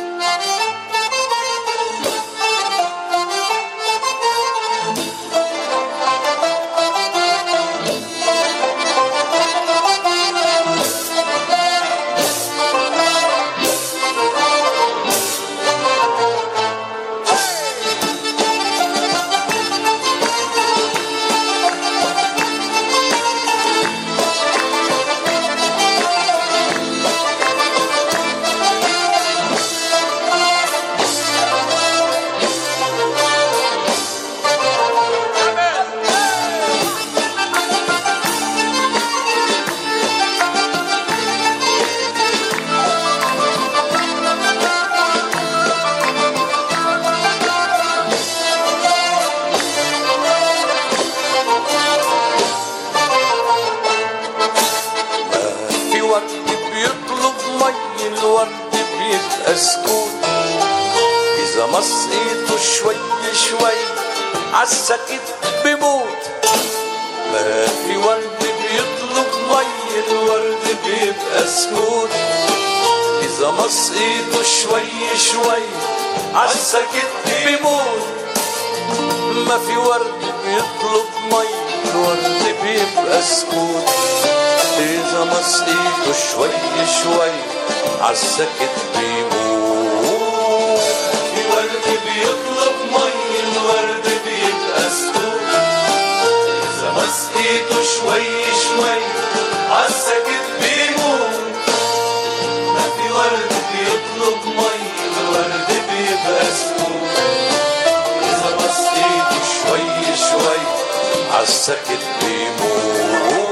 مسقيته شوي شوي عالسكت بموت. ما في ورد بيطلب مي الورد بيبقى سكوت. إذا مسقيته شوي شوي عالسكت بموت. ما في ورد بيطلب مي الورد بيبقى سكوت. إذا مسقيته شوي شوي عالسكت بيموت. في ورد بيطلب مي الورد بيبقى سكوت. إذا مسقيته شوي شوي عالسكت بيموت. ما في ورد بيطلب مي الورد بيبقى سكوت. إذا مسقيته شوي شوي عالسكت بيموت.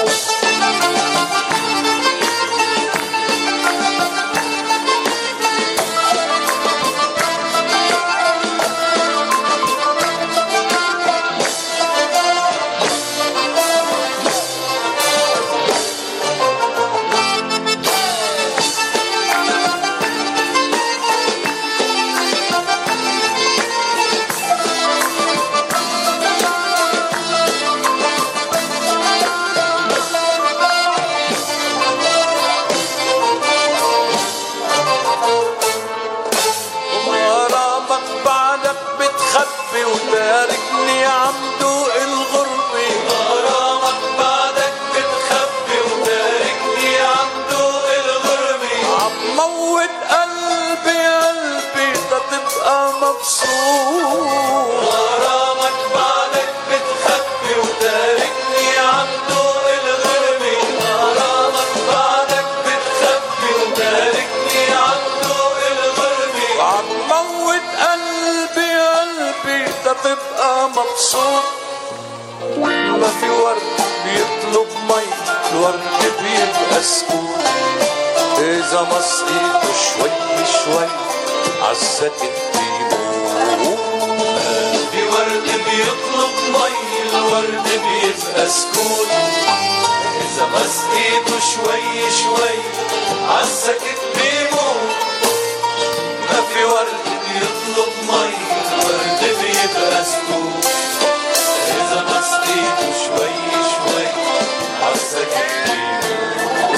وتاركني عم دوق الغربة. غرامك بعدك بتخبي وتاركني عم دوق الغربة. عم موت قلبي قلبي تتبقى مبسوط. غرامك بعدك بتخبي وتاركني عم دوق الغربة. غرامك بعدك بتخبي وتاركني عم دوق الغربة. عم موت قلبي قلبي تبقى مبسوط. ما في ورد بيطلب مي الورد بيبقى سكوت. إذا مسقيته شوي شوي عالسكت بيموت. ما في ورد بيطلب مي الورد بيبقى سكوت. إذا مسقيته شوي شوي عالسكت بيموت. ما في ورد بيطلب مي الورد بيبقى سكوت. إذا مسقيته شوي شوي عالسكت بيموت.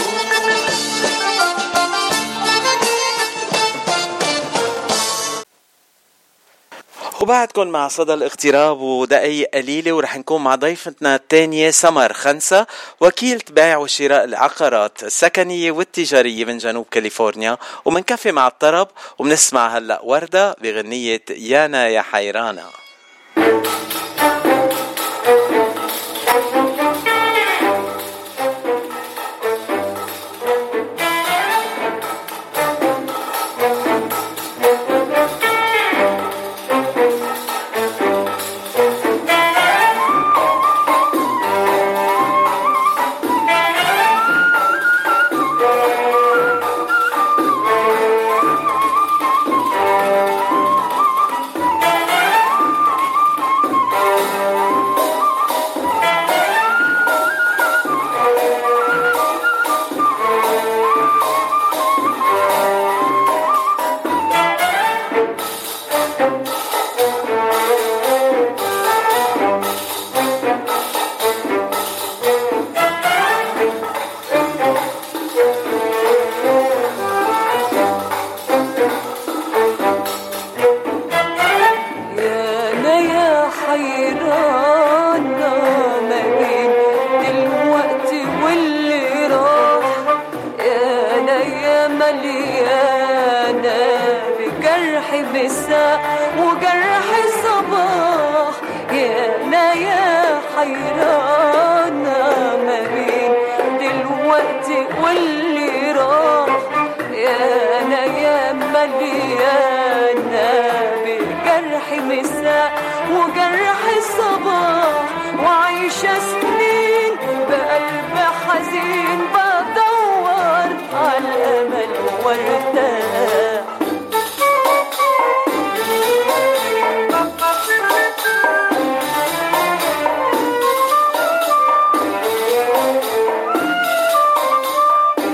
وبعدكم مع صدى الاغتراب ودقايق قليلة، ورح نكون مع ضيفتنا الثانية سمر خنسة، وكيلة بيع وشراء العقارات السكنية والتجارية من جنوب كاليفورنيا. ومنكفي مع الطرب ومنسمع هلأ وردة بغنية يانا يا حيرانة.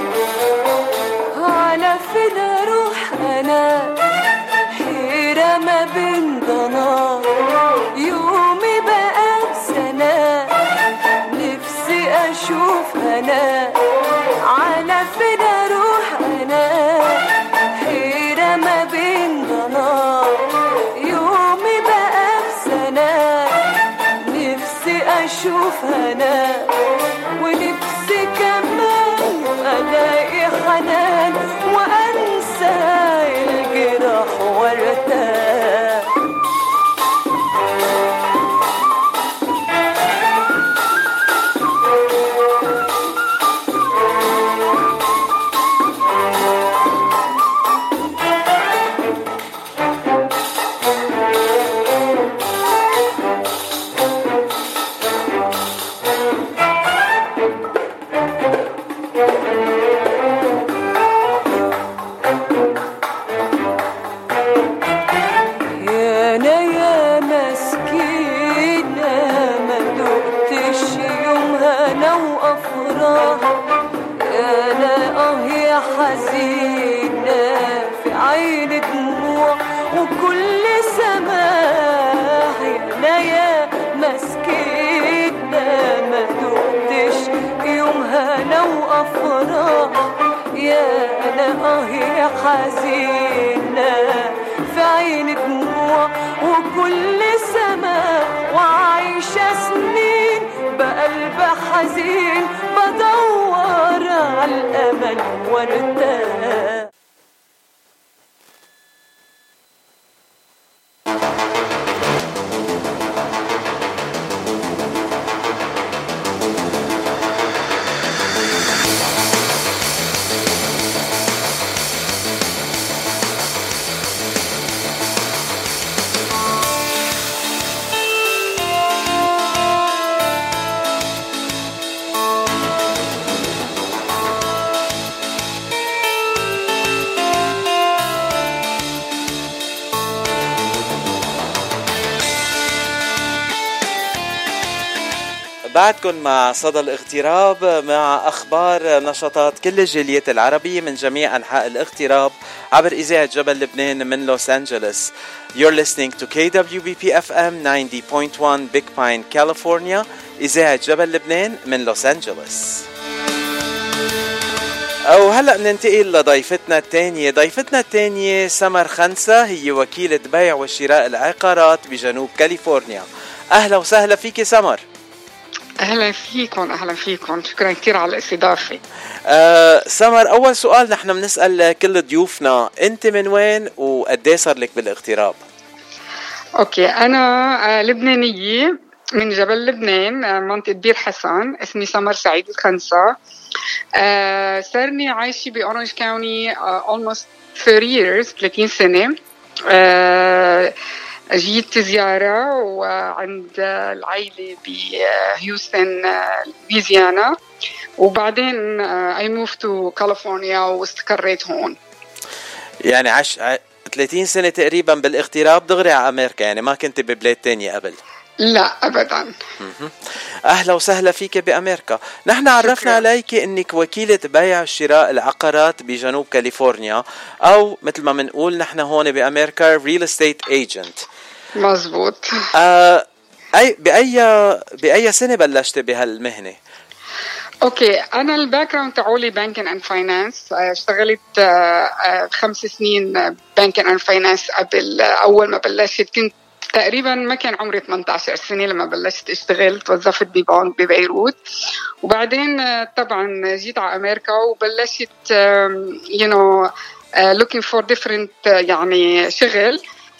على فين اروح انا حيرة هنا على فين اروح انا حيرة ما بين ضنا يومي بقى بسنة نفسي اشوف هنا ونفسي كمان الاقي حنان وانسى الجراح وارتاح حزينة في عين دموع وكل سما وعايشة سنين بقلب حزين بدور على الأمل وارتاح بعدكم مع صدى الاغتراب مع أخبار نشاطات كل الجاليات العربية من جميع أنحاء الاغتراب عبر إذاعة جبل لبنان من لوس أنجلوس. You're listening to KWBP FM 90.1 Big Pine, California. إذاعة جبل لبنان من لوس أنجلوس. أو هلأ ننتقل لضيفتنا الثانية. ضيفتنا الثانية سمر خنسة، هي وكيلة بيع وشراء العقارات بجنوب كاليفورنيا. أهلا وسهلا فيك سمر. أهلا فيكم شكرا كثير على الاستضافة. سمر، أول سؤال نحن بنسأل كل ضيوفنا، أنت من وين وقديه صار لك بالاغتراب؟ أوكي، أنا لبنانية من جبل لبنان، منطقة بير حسن. اسمي سمر سعيد الخنسة. صارني عايشة بأورنج كاوني almost 30 سنة. جيت زيارة وعند العائلة بهيوستن لويزيانا، وبعدين I moved to California واستقريت هون. يعني 30 سنة تقريبا بالاغتراب دغري على أمريكا، يعني ما كنت ببلاد تانية قبل؟ لا أبدا. أهلا وسهلا فيك بأمريكا. نحن عرفنا عليك أنك وكيلة بيع وشراء العقارات بجنوب كاليفورنيا، أو مثل ما منقول نحن هون بأمريكا real estate agent. مزبوط. بأي سنة بلشت بهالمهنة؟ اوكي، انا الباك جراوند تاعولي بانكينج اند فاينانس. اشتغلت 5 سنين بانكينج اند فاينانس. قبل اول ما بلشت كنت تقريبا ما كان عمري 18 سنة لما بلشت اشتغل. توظفت ببنك ببيروت، وبعدين طبعا جيت على امريكا وبلشت looking for different يعني شغل.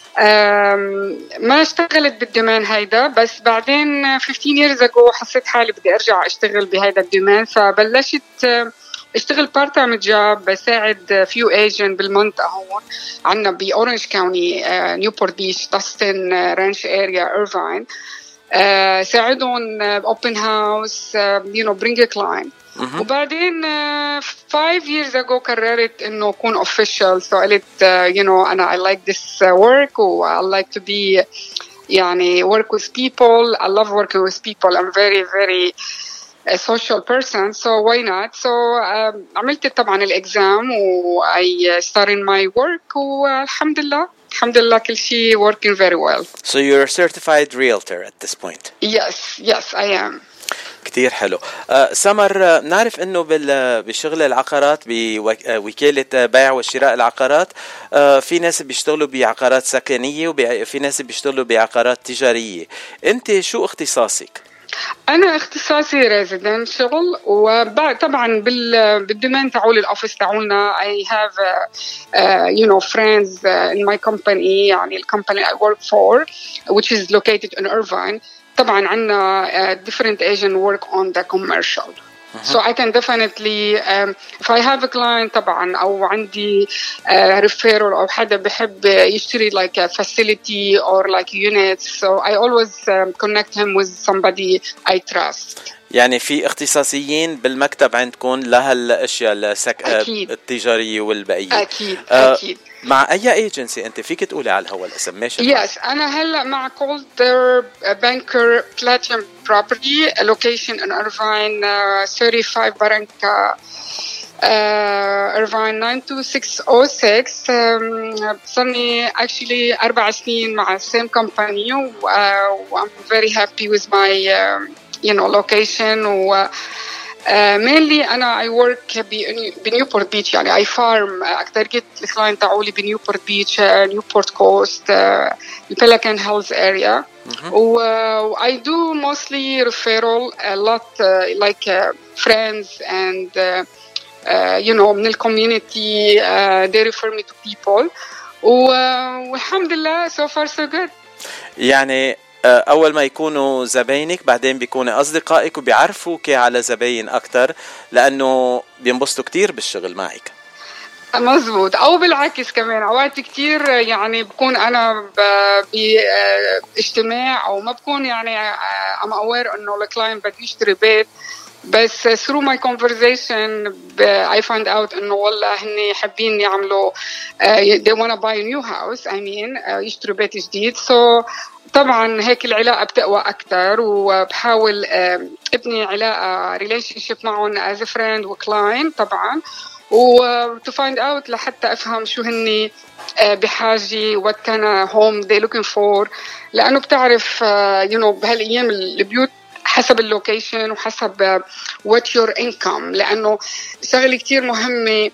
ما اشتغلت بالدومين هيدا، بس بعدين 15 years ago حسيت حالي بدي ارجع اشتغل بهيدا الدومين، فبلشت اشتغل بارت تايم جوب بساعد فيو ايجنت بالمنطقه هون عنا باورنج كاوني، نيوبورت بيش، داستن رانش اريا، ايرفاين. ساعدهم اوبن هاوس، برينج ا كلاينت. وبعدين 5 years ago قررت انه اكون official. so قلت انا I like this work و I like to be يعني work with people. I love working with people. I'm very very a social person, so why not? So عملت طبعا الإكزام و I started my work والحمد لله كل شيء working very well. So you're a certified realtor at this point? Yes, I am. كتير حلو. سمر، نعرف انه بشغل العقارات بوكالة بيع وشراء العقارات في ناس بيشتغلوا بعقارات سكنية وفي ناس بيشتغلوا بعقارات تجارية. انت شو اختصاصك؟ أنا اختصاصي ريزيدنت شغل، وطبعا بالدومين تاعول الأوفيس تاعولنا I have friends in my company، يعني الكمباني I work for which is located in Irvine. طبعا عنا different agent work on the commercial. So I can definitely if I have a client طبعا أو عندي referral أو حدا بحب يشتري like a facility or like units, so I always connect him with somebody I trust. يعني في اختصاصيين بالمكتب عندكم لهالاشياء التجاريه والبقيه. اكيد. مع اي ايجنسي انت؟ فيك تقولي على الهواء الاسم؟ ماشي. يس، انا هلا مع كولتر بانكر بلاتينم بروبرتي لوكيشن ان ايرفاين 35 بارنكا Irvine 92606. صرني actually 4 سنين مع same company I'm very happy with my location. و mainly أنا I work بنيوبورت بيتش، يعني I farm أكترية الكلاينت تاعولي بنيوبورت بيتش، نيوبورت كوست، البيليكان هيلز area. و I do mostly referral a lot like friends and من الcommunity they refer me to people. والحمد لله so far so good. يعني أول ما يكونوا زباينك بعدين بيكونوا أصدقائك وبيعرفوك على زباين أكتر لأنه بينبسطوا كتير بالشغل معك. مزبوط، أو بالعكس كمان أوقات كتير يعني بكون أنا باجتماع أو ما بكون يعني I'm aware إنه الكلاينت بده يشتري بيت، بس through my conversation I find out إنه والله هني حابين يعملوا they wanna buy a new house يشتروا بيت جديد. So طبعا هيك العلاقة بتقوى أكتر، وبحاول ابني علاقة relationship معهم as a friend و client طبعا، to find out لحتى أفهم شو هني بحاجة what kind of home they looking for. لأنه بتعرف بهالأيام البيوت حسب اللوكيشن وحسب what your income، لأنه شغلة كتير مهمة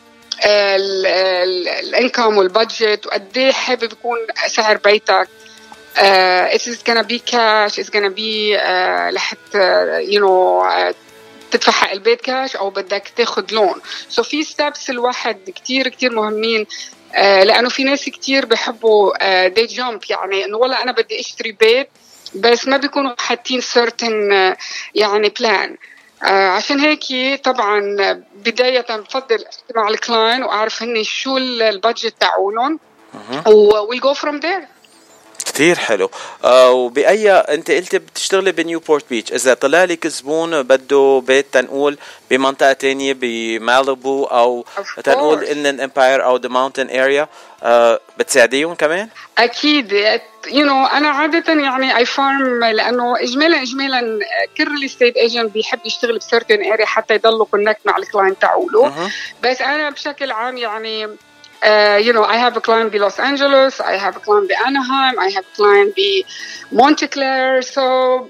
الانكم والبادجت وقديه حابب يكون سعر بيتك. It's gonna be cash, it's gonna be لحتى تدفع حق البيت كاش أو بدك تاخد لون. So في steps الواحد كتير مهمين، لأنه في ناس كتير بيحبوا they jump، يعني إنه والله أنا بدي أشتري بيت بس ما بيكونوا حاطين certain يعني plan. عشان هيك طبعا بداية بفضل مع الكلاين وأعرف هني شو البادجت تاعولن و we'll go from there. كتير حلو. وبأي أنت قلت بتشتغلي بنيوبورت بيتش، إذا طلع لك زبون بده بيت تنقول بمنطقة تانية بماليبو أو تنقول إن الإمباير أو the mountain area، بتساعديهم كمان؟ أكيد. أنا عادة يعني I farm، لأنه إجمالا كل real estate agent بيحب يشتغل بcertain area حتى يضلوا connect مع الكلاينت تاعوله. بس أنا بشكل عام يعني I have a client in Los Angeles, I have a client in Anaheim, I have a client in Montclair. So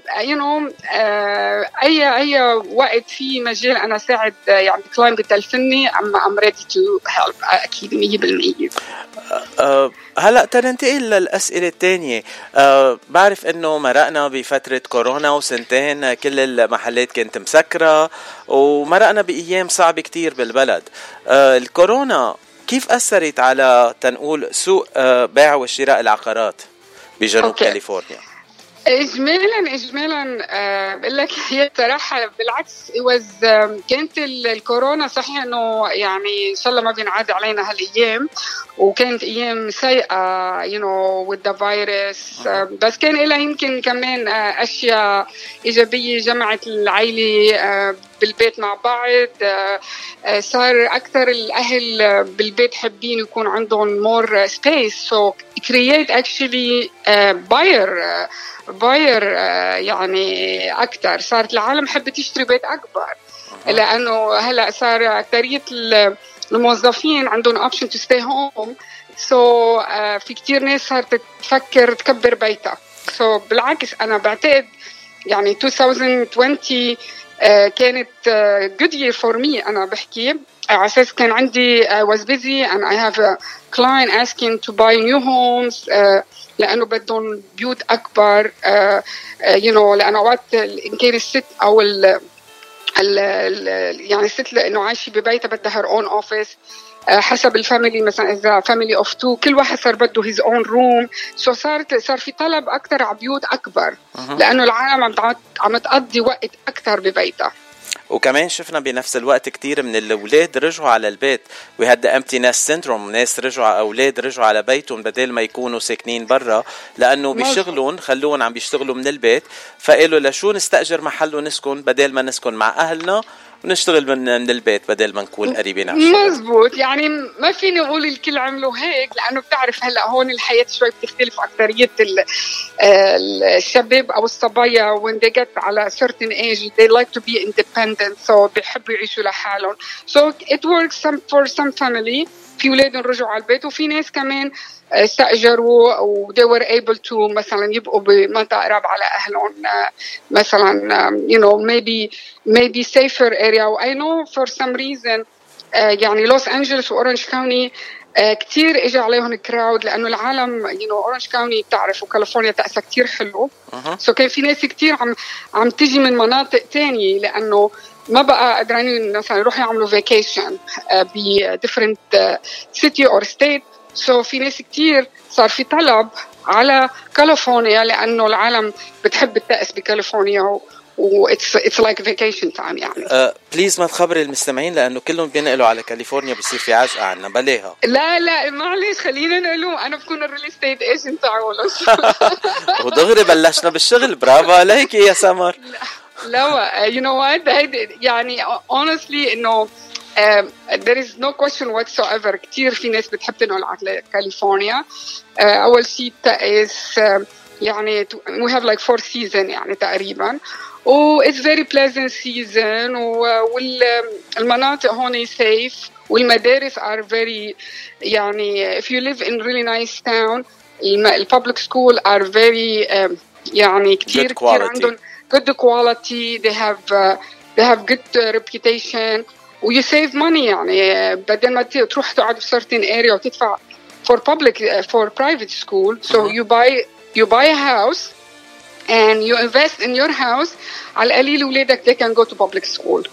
أي وقت في مجال أنا ساعد يعني client بتلفني I'm ready to help. أكيد 100%. هلأ تننتقل للأسئلة الثانية. بعرف إنه مرقنا بفترة كورونا وسنتين كل المحلات كانت مسكرة ومرقنا بأيام صعبة كتير بالبلد. الكورونا كيف أثرت على تنقول سوق بيع وشراء العقارات بجنوب كاليفورنيا؟ إجمالا بقول لك هي صراحة بالعكس كانت الكورونا صحيح إنه يعني إن شاء الله ما بينعاد علينا هالأيام، وكانت أيام سيئة with the virus، بس كان لها يمكن كمان أشياء إيجابية، جمعت العائلة بالبيت مع بعض. صار أكثر الأهل بالبيت حابين يكون عندهم more space، so create actually buyer يعني أكتر. صارت العالم حبت تشتري بيت أكبر، لأنه هلأ صار أكترية الموظفين عندهم option to stay home. so في كتير ناس صارت تفكر تكبر بيتها. so بالعكس أنا بعتقد يعني 2020 كانت good year for me. أنا بحكي على أساس كان عندي I was busy and I have a client asking to buy new homes لأنه بدهم بيوت أكبر you know لأنه وقت إن كان الست أو يعني الست لأنه عايشة ببيتها بدها her own office حسب الفاميلي. مثلا إذا فاميلي of 2 كل واحد صار بده his own room. صار في طلب أكتر على بيوت أكبر لأنه العالم عم تقضي وقت أكتر ببيتها. وكمان شفنا بنفس الوقت كتير من الأولاد رجعوا على البيت we had the empty nest syndrome. ناس رجعوا أولاد رجعوا على بيتهم بدل ما يكونوا ساكنين برا لأنه بيشتغلون خلوهم عم بيشتغلوا من البيت فقالوا لشو نستأجر محل ونسكن بدل ما نسكن مع أهلنا ونشتغل من البيت بدل ما نكون قريبين على الشغل. مزبوط. يعني ما فيني أقول الكل عملوا هيك لأنه بتعرف هلأ هون الحياة شوي بتختلف. أكترية الشباب أو الصبايا when they get على certain age they like to be independent so بيحبوا يعيشوا لحالهم. So it works for some family. في أولادهم رجعوا على البيت وفي ناس كمان استأجروا و they were able to مثلا يبقوا بمنطقة قراب على أهلهم مثلا you know maybe safer area. I know for some reason يعني لوس أنجلس وأورنج كاوني كتير إجا عليهم كراود لأنه العالم you know أورنج كاوني بتعرف وكاليفورنيا تأسى كتير حلو. so كان في ناس كتير عم تيجي من مناطق تانية لأنه ما بقى قادرين مثلا يروحوا يعملوا vacation ب different city or state. so في ناس كتير صار في طلب على كاليفورنيا لأنه العالم بتحب التأس بكاليفورنيا و it's like vacation time يعني. بليز ما تخبري المستمعين لأنه كلهم بينقلوا على كاليفورنيا بصير في عجقة عنا بلاها. لا معلش خلينا نقلوا أنا بكون الريل استيت ايجنت تاعولهم. ودغري بلشنا بالشغل. برافو عليك يا سمر. لا you know what يعني honestly إنه there is no question whatsoever. كتير في ناس بتحب تنقل على كاليفورنيا. أول شيء is يعني we have like 4 season يعني تقريبا و it's very pleasant season والمناطق هون safe والمدارس are very يعني if you live in really nice town public school are very يعني كتير عندهم good quality. they have good reputation و you save money يعني بدل ما تروح تقعد في certain area وتدفع for private school. so you buy a house and you invest in your house. على القليل ولادك they can go to public school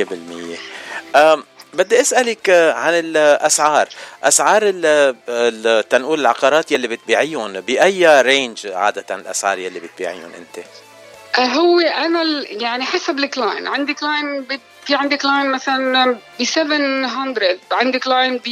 100%. بدي أسألك عن الأسعار. أسعار تنقول العقارات يلي بتبيعيهم بأي رينج عادة الأسعار يلي بتبيعيهم أنت؟ هو أنا يعني حسب الكلاين. عندي كلاين في عندي كلاين مثلا ب$700 عندي كلاين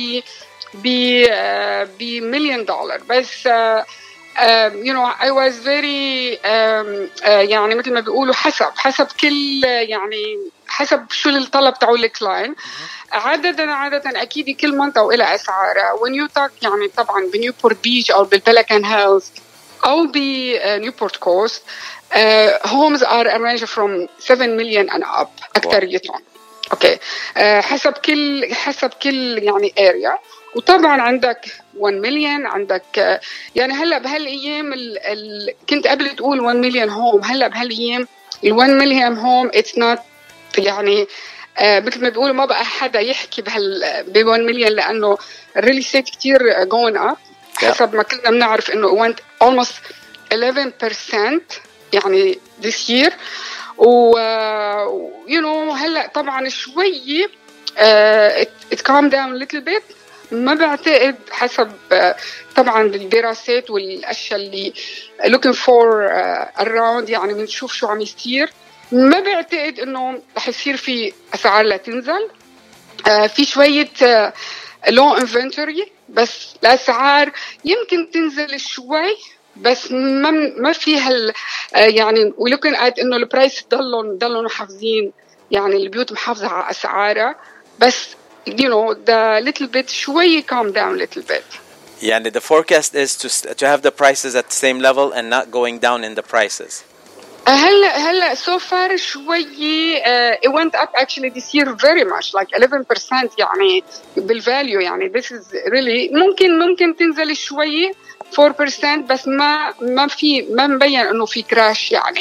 $1,000,000 بس you know I was very يعني مثل ما بيقولوا حسب كل يعني حسب شو الطلب تاعو الكلاين. عادة أكيد كل منطقة وإلها أسعارها. when you talk يعني طبعا بنيوبورت بيتش أو بالبلكان هيلز أو بنيوبورت كوست homes are a range from 7 million and up أكتريتهم. أوكي حسب كل يعني area. وطبعا عندك 1 مليون عندك يعني هلا بهالايام كنت قبل تقول 1 مليون هوم. هلا بهالايام ال 1 مليون هوم اتس نوت يعني مثل ما بيقولوا ما بقى حدا يحكي ب 1 مليون لانه الريل استيت كثير جوين اب. حسب ما كلنا بنعرف انه went almost 11% يعني this year. و you know هلا طبعا شوي it calmed down a little bit. ما بعتقد حسب طبعا بالدراسات والاشياء اللي looking for around يعني بنشوف شو عم يصير. ما بعتقد انه رح يصير في اسعار لا تنزل. في شويه low inventory بس الاسعار يمكن تنزل شوي بس ما فيها يعني ولكن انه البرايس ضلوا محافظين يعني البيوت محافظه على اسعارها بس you know the little bit شوي calm down little bit. يعني the forecast is to have the prices at the same level and not going down in the prices. هلا so far شوي it went up actually this year very much like 11% يعني بالvalue يعني this is really ممكن تنزل شوي 4%، بس ما مبين انه في كراش يعني.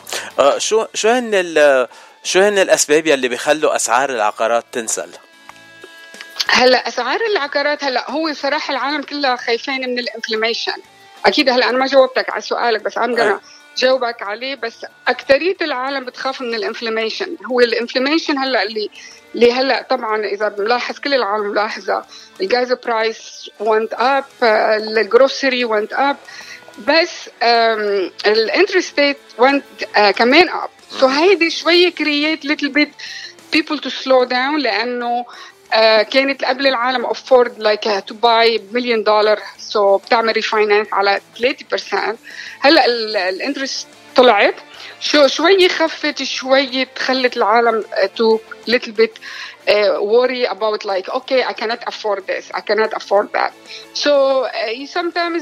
شو هن الاسباب يلي بيخلوا اسعار العقارات تنزل؟ هلا اسعار العقارات، هلا هو صراحه العالم كلها خايفين من الانفليشن. اكيد هلا انا ما جاوبتك على سؤالك، بس I'm جاوبك عليه. بس اكترية العالم بتخاف من الانفليشن. هو الانفليشن هلا اللي هلا طبعا اذا بنلاحظ كل العالم ملاحظه، الجاز برايس went up، الجروسري went up، بس الانترست ريت went كمان up. so هيدي شويه create little bit people to slow down، لانه كانت قبل العالم afford like to buy $1 million، so بتعمل refinance على 3%. هلا الانترست طلعت شوي خفت، شوي خلت العالم to little bit worry about like okay I cannot afford this, I cannot afford that. so sometimes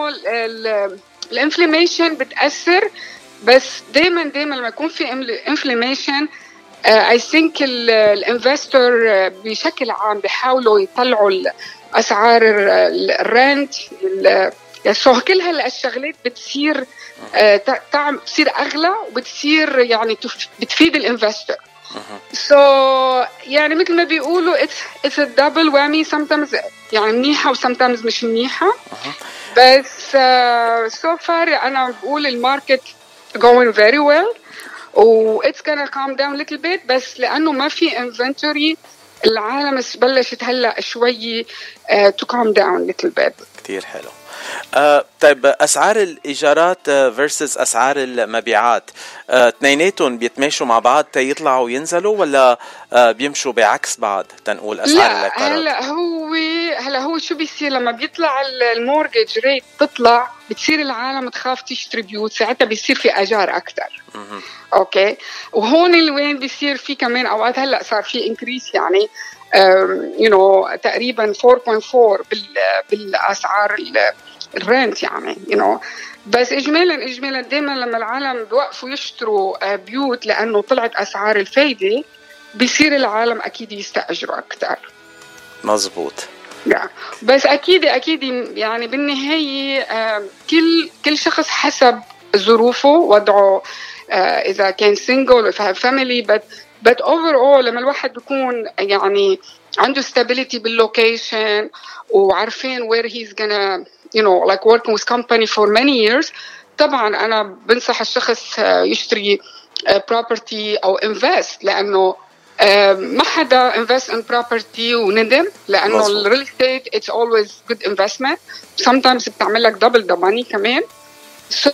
الانفليشن بتأثر، بس دايما لما يكون في inflation I think الانفستور بشكل عام بيحاولوا يطلعوا الأسعار الرنت، سو كل هالشغلات بتصير بتصير أغلى، وبتصير يعني بتفيد الانفستور. so يعني مثل ما بيقولوا it's a double whammy، sometimes يعني منيحة و sometimes مش منيحة. بس so far أنا بقول الماركت going very well، و it's gonna calm down little bit، بس لأنه ما في inventory العالم بلشت هلأ شوي to calm down little bit. كتير حلو. طيب أسعار الإيجارات versus أسعار المبيعات، اثنيناتهم بيتماشوا مع بعض تيطلعوا وينزلوا، ولا بيمشوا بعكس بعض تنقول أسعار العقارات؟ هلا هو شو بيصير لما بيطلع المورجج ريت تطلع، بتصير العالم تخاف تشتري بيوت، ساعتها بيصير في أجار أكتر. أوكي، وهون الوين بيصير في كمان أوقات هلا صار في انكريس يعني تقريبا 4.4 بالأسعار الرنت يعني بس إجمالا دائما لما العالم بيوقفوا يشتروا بيوت لأنه طلعت أسعار الفايدة، بيصير العالم أكيد يستأجروا أكتر. مزبوط. بس أكيد يعني بالنهاية كل شخص حسب ظروفه وضعه، إذا كان single إذا family، but overall لما الواحد بيكون يعني عنده stability باللوكيشن وعارفين where he's gonna like working with company for many years، طبعا أنا بنصح الشخص يشتري property أو invest، لأنه ما حدا invest in property وندم، لأنه ال real estate it's always good investment. sometimes بتعمل لك double the money كمان. so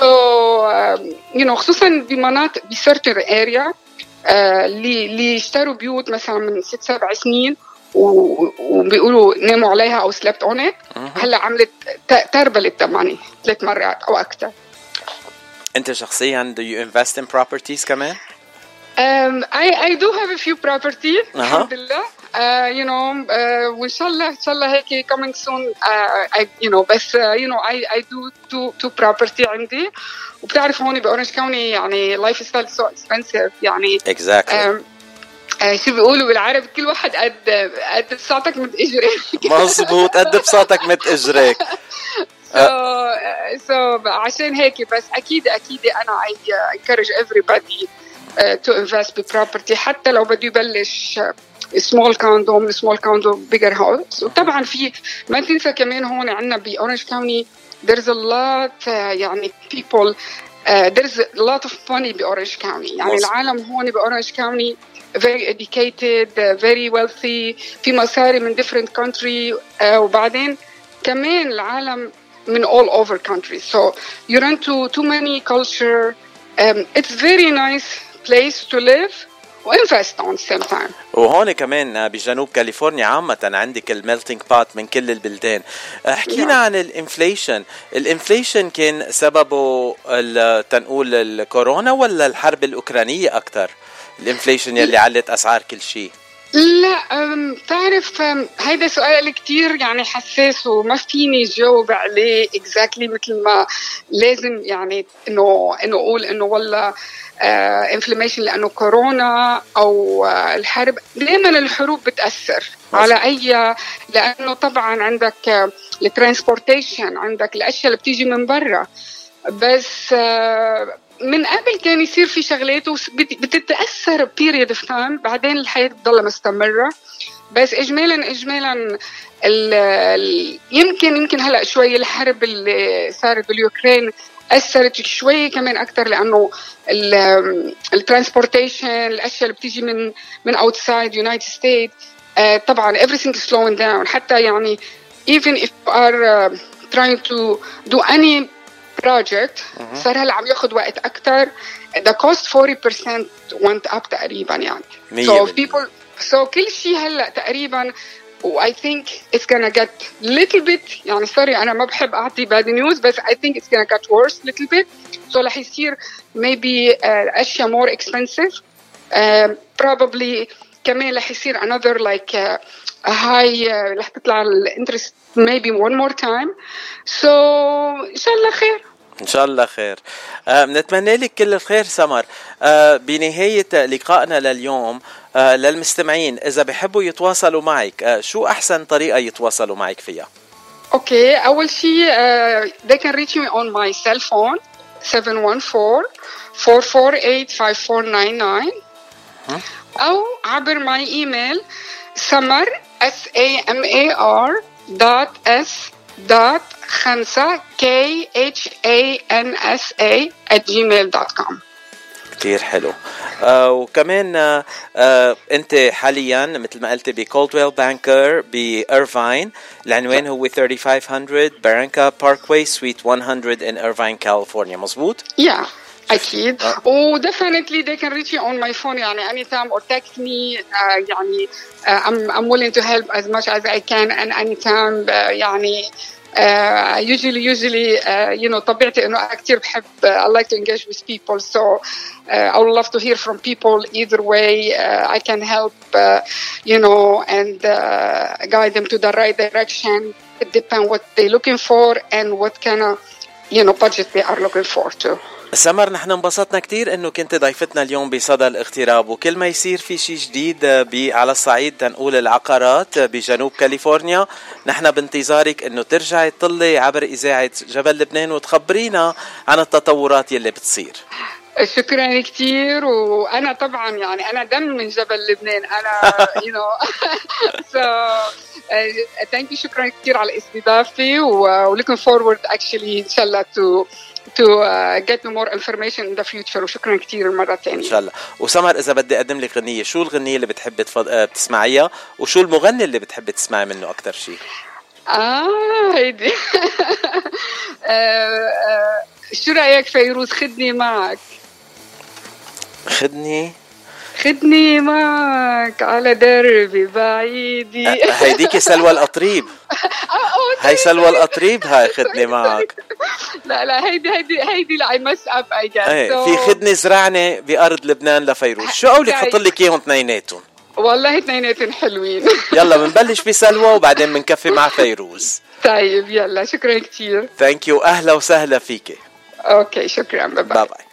خصوصا بمناطق certain area اللي اشتروا بيوت مثلا من 6-7 سنين وبيقولوا ناموا عليها أو slept on it، هلا عملت تربلت يعني 3 مرات أو أكتر. أنت شخصيا do you invest in properties كمان؟ I do have a few property الحمد لله. وإن شاء الله هيك coming soon. بس I do two property عندي، وبتعرف هون بأورنج كاوني يعني life style so expensive يعني. exactly. شو بيقولوا بالعربي، كل واحد قد بساطك مد إجريك. مظبوط، قد بساطك مد إجريك. so عشان هيك بس أكيد أنا I encourage everybody to invest بproperty، حتى لو بده يبلش small condo bigger house. وطبعا في ما تنسى كمان هون عندنا بأورنج كاوني there's a lot يعني people there's a lot of money بأورنج كاوني يعني. العالم هون بأورنج كاوني very educated very wealthy، في مصاري من different country، وبعدين كمان العالم من all over countries. so you run to many culture. It's very nice place to live وinvest on same time. وهون كمان بجنوب كاليفورنيا عامة عندك الميلتينج بات من كل البلدان. حكينا عن الانفليشن كان سببه تنقول الكورونا ولا الحرب الأوكرانية أكتر؟ الانفليشن يلي علت أسعار كل شيء. لا تعرف هيدا سؤال كتير يعني حساس وما فيني جاوب عليه exactly مثل ما لازم يعني انه اقول انه والله inflammation لانه كورونا او الحرب. دائما الحروب بتأثر على اي، لانه طبعا عندك الترانسبورتيشن، عندك الاشياء اللي بتيجي من برا. بس من قبل كان يصير في شغلات بتتأثر period of time، بعدين الحياة بتضل مستمرة. بس إجمالا يمكن هلأ شوي الحرب اللي صارت باليوكرين أثرت شوي كمان أكتر، لأنه الترانسبورتيشن، الأشياء اللي بتيجي من outside United States طبعا everything is slowing down. حتى يعني even if you are trying to do any project صار هلا عم ياخد وقت أكتر. the cost 40% went up تقريبا يعني. so people كل شيء هلا تقريبا I think it's gonna get little bit يعني sorry أنا ما بحب أعطي bad news بس I think it's gonna get worse little bit. so رح يصير maybe أشياء more expensive probably كمان رح يصير another like a high رح تطلع الانترست maybe one more time. so إن شاء الله خير. إن شاء الله خير. نتمنى لك كل الخير سمر. بنهاية لقائنا لليوم للمستمعين إذا بيحبوا يتواصلوا معك شو أحسن طريقة يتواصلوا معك فيها؟ أوكي أول شيء they can reach me on my cell phone 714-448-5499 أو عبر my email samar samar.5KHANSA@gmail.com. كتير حلو. وكمان انت حاليا مثل ما قلت بكولدويل بانكر بإيرفاين. العنوان هو 3500 بارانكا باركواي سويت 100 in Irvine California. مظبوط؟ yeah. أكيد. definitely they can reach me on my phone يعني anytime or text me يعني I'm willing to help as much as I can and anytime يعني usually you know طبيعتي إنه أكتير بحب I like to engage with people so I would love to hear from people either way. I can help you know and guide them to the right direction. It depends what they're looking for and what kind of you know budget they are looking for too. سمر نحن انبسطنا كتير انه كنت ضيفتنا اليوم بصدى الاغتراب وكل ما يصير في شيء جديد على الصعيد تنقول العقارات بجنوب كاليفورنيا نحن بانتظارك انه ترجعي تطلي عبر اذاعة جبل لبنان وتخبرينا عن التطورات يلي بتصير. شكرا كتير. وانا طبعا يعني انا دم من جبل لبنان انا you know so thank you شكرا كتير على الاستضافة و looking forward actually ان شاء الله to get more information in the future. وشكرا كتير مرة تانية إن شاء الله. وسمر إذا بدي أقدم لك غنية شو الغنية اللي بتحب تسمعيها وشو المغني اللي بتحب تسمعي منه أكتر شيء؟ هيدي شو رأيك فيروز خدني معك؟ خدني معك على دربي بعيدي. هيديك سلوى القطريب. هاي سلوى القطريب هاي خدني معك. لا هيدي لا I mess up I guess. في خدني زرعني بأرض لبنان لفيروز. شو قولك حط لك إياهم اثنيناتهم؟ والله اثنيناتهم حلوين. يلا بنبلش بسلوى وبعدين بنكفي مع فيروز. طيب يلا شكرا كتير. Thank you. أهلا وسهلا فيك. أوكي شكرا. باي باي.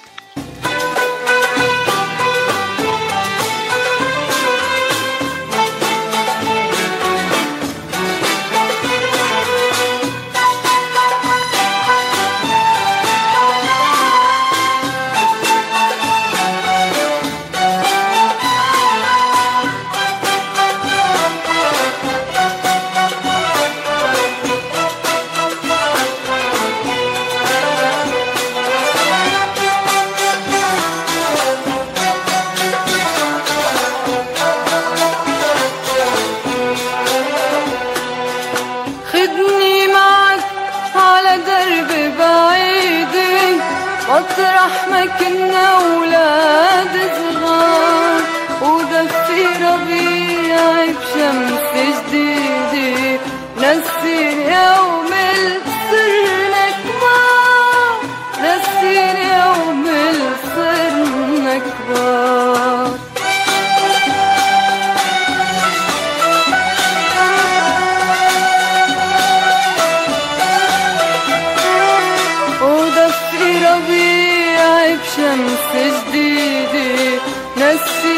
مطرح ما كنا أولاد صغار ودفي ربيعي بشمس جديدة نسين يوم صرنا كبار نسين يوم صرنا كبار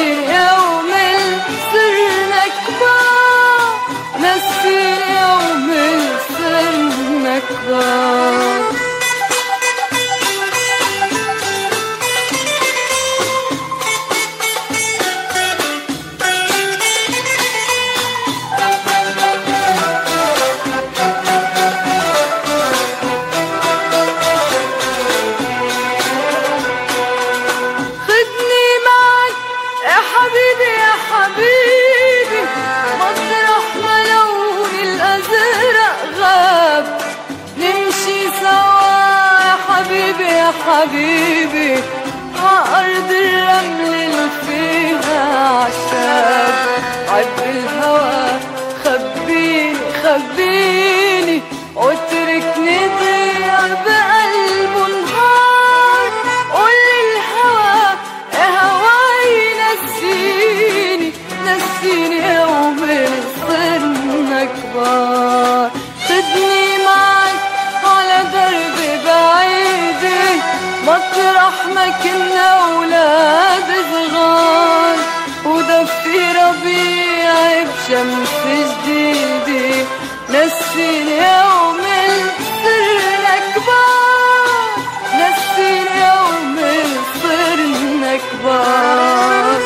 نسيني يوم صرنا كبار نسيني يوم صرنا كبار حبيبي يا حبيبي مطرح ما لون الأزرق غاب نمشي سوا يا حبيبي يا حبيبي عأرض الرمل اللي فيها عشاب عد الهوى خبيني خبيني واتركني ضيع بقلب نهار قول للهوى يا هواي نسيني نسيني يوم صرنا كبار خدني معك على درب بعيد مطرح ما كنا أولاد صغار ودفي ربيعي بشمس جديدة نسيني يوم صرنا كبار نسيني يوم صرنا كبار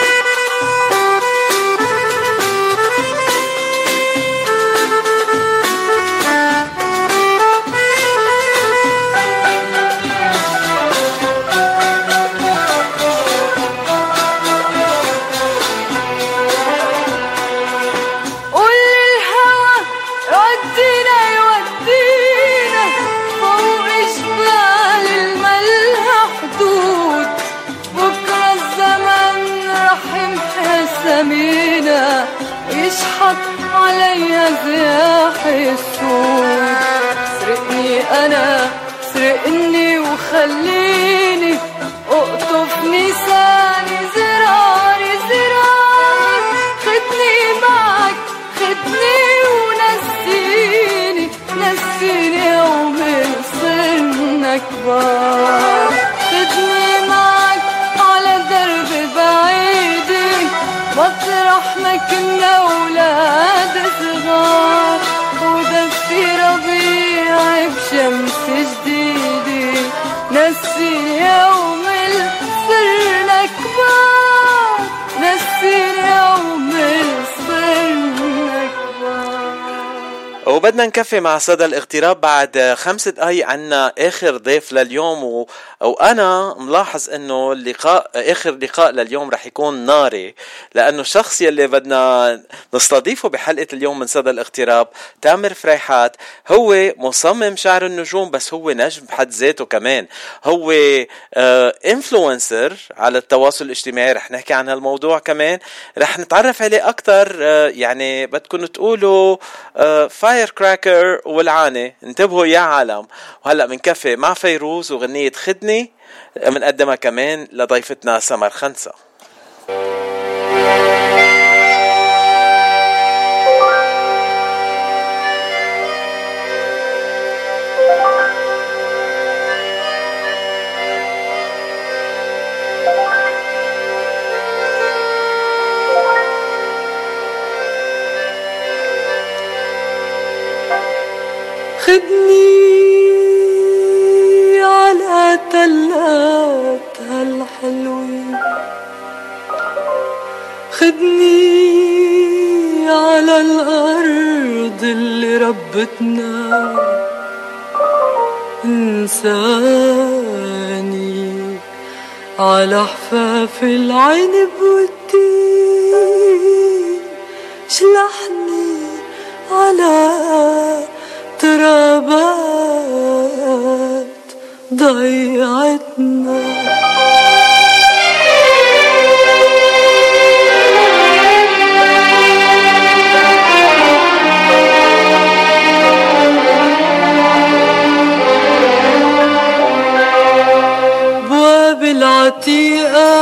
سمينة يشحط عليا زياح السود سرقني أنا سرقني وخليني اقطف نساني زراري زرار خدني معك خدني ونسيني نسيني يوم صرنا كبار خدني معك على درب بعيد مطرح ما كنا أولاد صغار ودفي ربيعي بشمس جديدة نسيني يوم صرنا كبار نسيني يوم صرنا كبار. وبدنا نكفي مع صدى الاغتراب بعد 5 دقايق. عنا اخر ضيف لليوم وانا ملاحظ انه اخر لقاء لليوم رح يكون ناري، لانه الشخص يلي بدنا نستضيفه بحلقة اليوم من صدى الاغتراب تامر فريحات هو مصمم شعر النجوم، بس هو نجم بحد ذاته كمان، هو انفلونسر على التواصل الاجتماعي. رح نحكي عن هالموضوع كمان، رح نتعرف عليه اكتر. يعني بدكم تقولوا فاير كراكر والعانة، انتبهوا يا عالم. وهلأ منكفي مع فيروز وغنية خدني منقدمها كمان لضيفتنا سمر خنسة. خدني على تلات هالحلوين، خدني على الأرض اللي ربتنا، انساني على حفاف العنب والتين، شلحني على ترابات ضيعتنا. بواب العتيقة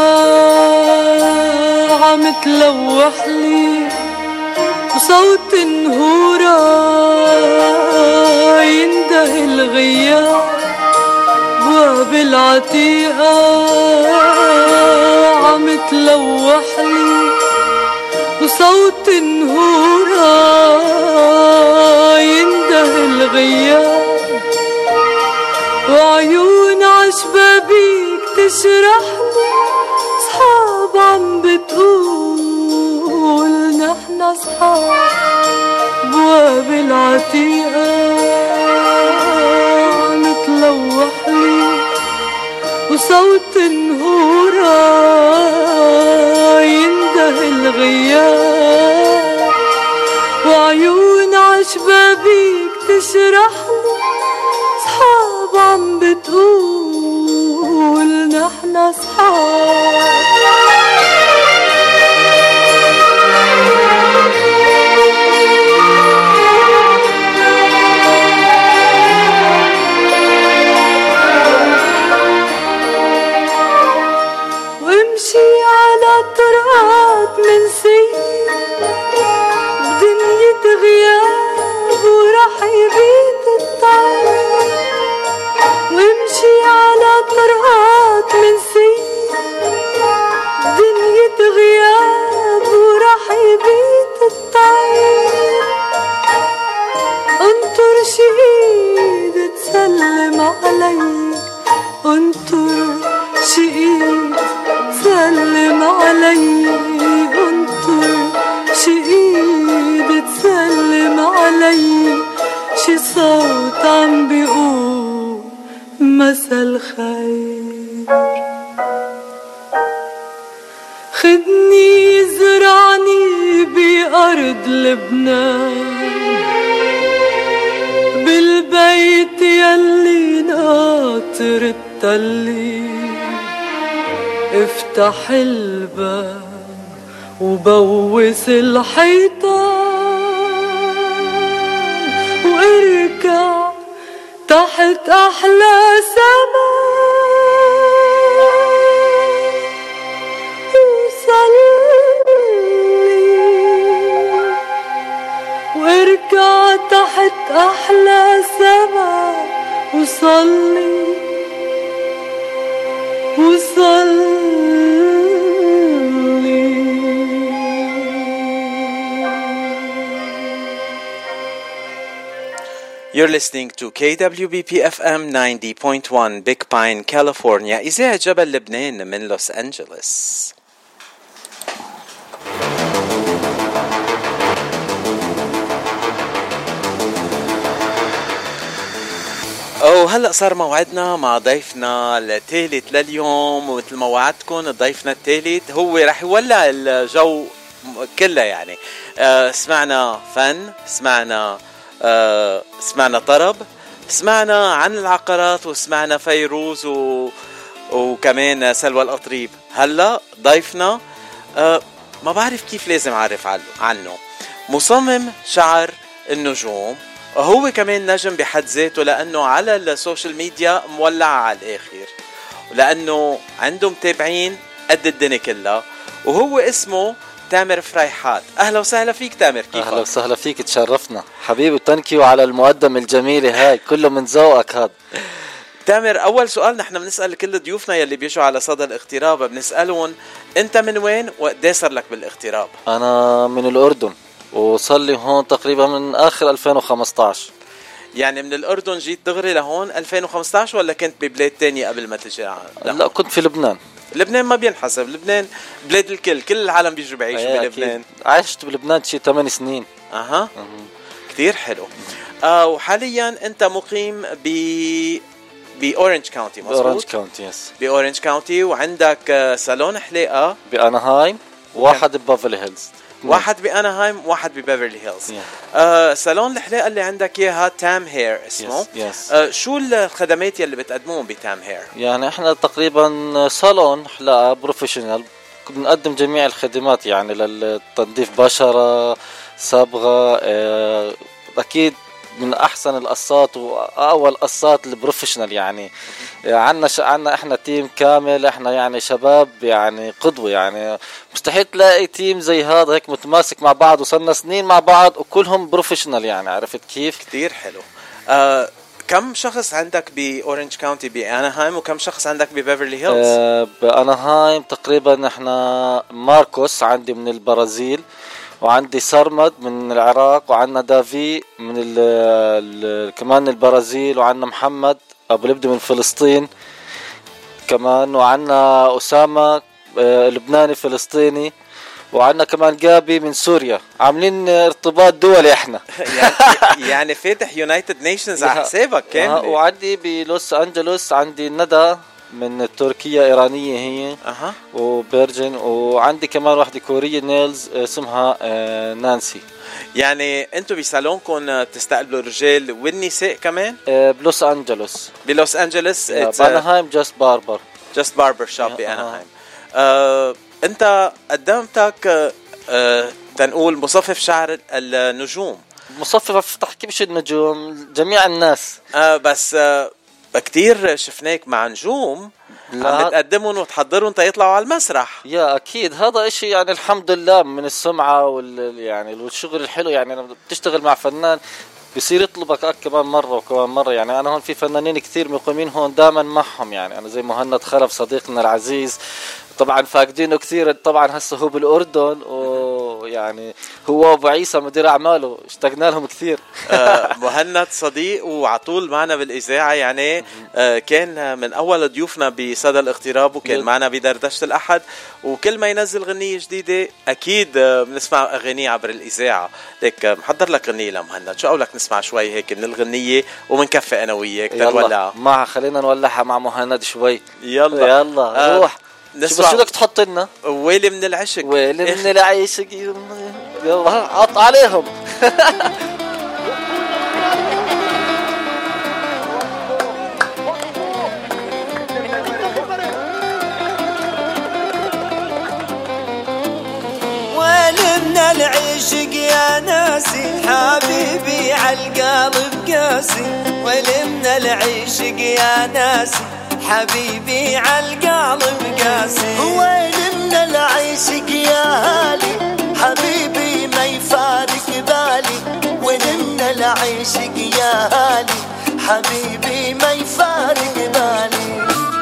عم تلوح لي وصوت النهورة ينده الغياب. بواب العتيقة عم تلوحلي وصوت نهورها ينده الغياب وعيون عشبابيك تشرحلي صحاب عم بتقول نحنا صحاب بواب العتيقة عم تلوحلي وصوت نهورها ينده الغياب وعيون عشبابيك تشرحلي صحاب عم بتقول نحنا صحاب وامشي على طرقات من سير بدنيا غياب وراح يبيت الطريق وامشي على طرقات من سير بدنيا غياب وراح يبيت الطريق انطر شي ايد تسلم علي انطر شي ايد تسلم علي انطر شي ايد تسلم علي شي صوت عم بيقول مسا الخير خدني زرعني بأرض لبنان بالبيت يلي ناطر التلي افتح الباب وبوس الحيطان واركع تحت أحلى سما وصلي واركع تحت أحلى سما وصلي You're listening to KWBP FM 90.1 Big Pine, California. إذاعة جبل لبنان من لوس أنجلوس. وهلأ صار موعدنا مع ضيفنا الثالث لليوم، ومثل ما وعدتكم ضيفنا الثالث هو رح يولع الجو كله يعني. سمعنا فن، سمعنا طرب، سمعنا عن العقارات، وسمعنا فيروز وكمان سلوى القطريب. هلا ضيفنا ما بعرف كيف لازم اعرف عنه. مصمم شعر النجوم، هو كمان نجم بحد ذاته لانه على السوشيال ميديا مولع على الاخر، ولانه عنده متابعين قد الدنيا كلها، وهو اسمه تامر فريحات. اهلا وسهلا فيك تامر، كيفك؟ اهلا وسهلا فيك، تشرفنا حبيبي. تنكيو على المقدمة الجميلة هاي، كله من ذوقك هذا. تامر، اول سؤال نحن بنسال كل ضيوفنا يلي بيجوا على صدى الاغتراب، بنسالهم انت من وين وقديه صار لك بالاغتراب؟ انا من الاردن، وصار لي هون تقريبا من اخر 2015. يعني من الاردن جيت دغري لهون 2015 ولا كنت ببلاد تانية قبل ما تجي؟ لا، كنت في لبنان. لبنان ما بينحسب، لبنان بلاد الكل، كل العالم بيجوا بيعيشوا بلبنان. عشت بلبنان شي 8 سنين. كتير حلو. وحاليا انت مقيم بأورنج كاونتي، مظبوط؟ بأورنج كاونتي، يس. بأورنج كاونتي، وعندك صالون حلاقة بأناهايم، واحد ببافلي هيلز. واحد بأناهايم، واحد ببيفرلي هيلز. صالون الحلاقة اللي عندك اياها تام هير اسمه. شو الخدمات يلي بتقدموهم بتام هير؟ يعني احنا تقريبا صالون حلاقة بروفيشنال، بنقدم جميع الخدمات يعني للتنظيف بشرة، صبغة، اكيد من احسن القصات واول قصات البروفيشنال يعني. عنا احنا تيم كامل، احنا يعني شباب يعني قدوة، يعني مستحيل تلاقي تيم زي هذا هيك متماسك مع بعض، وصلنا سنين مع بعض وكلهم بروفيشنال يعني. عرفت كيف؟ كتير حلو. كم شخص عندك بأورنج كاونتي بأناهايم وكم شخص عندك ببيفرلي هيلز؟ بأناهايم تقريبا احنا ماركوس عندي من البرازيل، وعندي سرمد من العراق، وعندنا دافي من كمان البرازيل، وعندنا محمد أبو لبدي من فلسطين كمان، وعندنا أسامة لبناني فلسطيني، وعندنا كمان جابي من سوريا. عاملين ارتباط دولي احنا. يعني فاتح يونايتد نيشنز على حسابك كامل. وعندي بلوس أنجلوس عندي ندى من تركيا، إيرانية هي. وبيرجن. وعندي كمان واحدة كورية نيلز اسمها نانسي. يعني انتوا بيسالونكم تستقبلوا الرجال والنساء كمان؟ بلوس أنجلوس. بلوس أنجلوس. بأناهايم جاست باربر شوب بأناهايم. انت قدمتك تنقول مصفف شعر النجوم. مصفف تحكيمش النجوم، جميع الناس. بس كتير شفناك مع نجوم عم تقدمهم وتحضرهم يطلعوا على المسرح. يا اكيد هذا اشي يعني الحمد لله من السمعة يعني والشغل الحلو. يعني لما بتشتغل مع فنان بصير يطلبك كمان مرة وكمان مرة. يعني أنا هون في فنانين كثير مقيمين هون دائما معهم. يعني أنا زي مهند خلف صديقنا العزيز طبعا فاقدينه كثير. طبعا هسه هو بالأردن، ويعني هو أبو عيسى مدير أعماله اشتقنا لهم كثير. مهند صديق وعطول معنا بالإذاعة. يعني كان من أول ضيوفنا بصدى الاغتراب، وكان معنا بدردشة الأحد. وكل ما ينزل غنية جديدة أكيد بنسمع أغاني عبر الإذاعة. لك محضر لك غنية لمهند، شو أقولك نسمع شوي هيك من الغنية ومنكفي أنا وياك تنولعها معها. خلينا نولعها مع مهند شوي. يلا روح. شو بدك تحط لنا؟ ويلي من العشق. ويلي من العشق. يلا عط عليهم. ويلي من العشق يا ناسي، حبيبي عالقلب قاسي. ويلي من العشق يا ناسي، حبيبي عالقلب قاسي. ويلي من العشق يا هالي، حبيبي ما يفارق بالي. ويلي من العشق يا هالي، حبيبي ما يفارق بالي.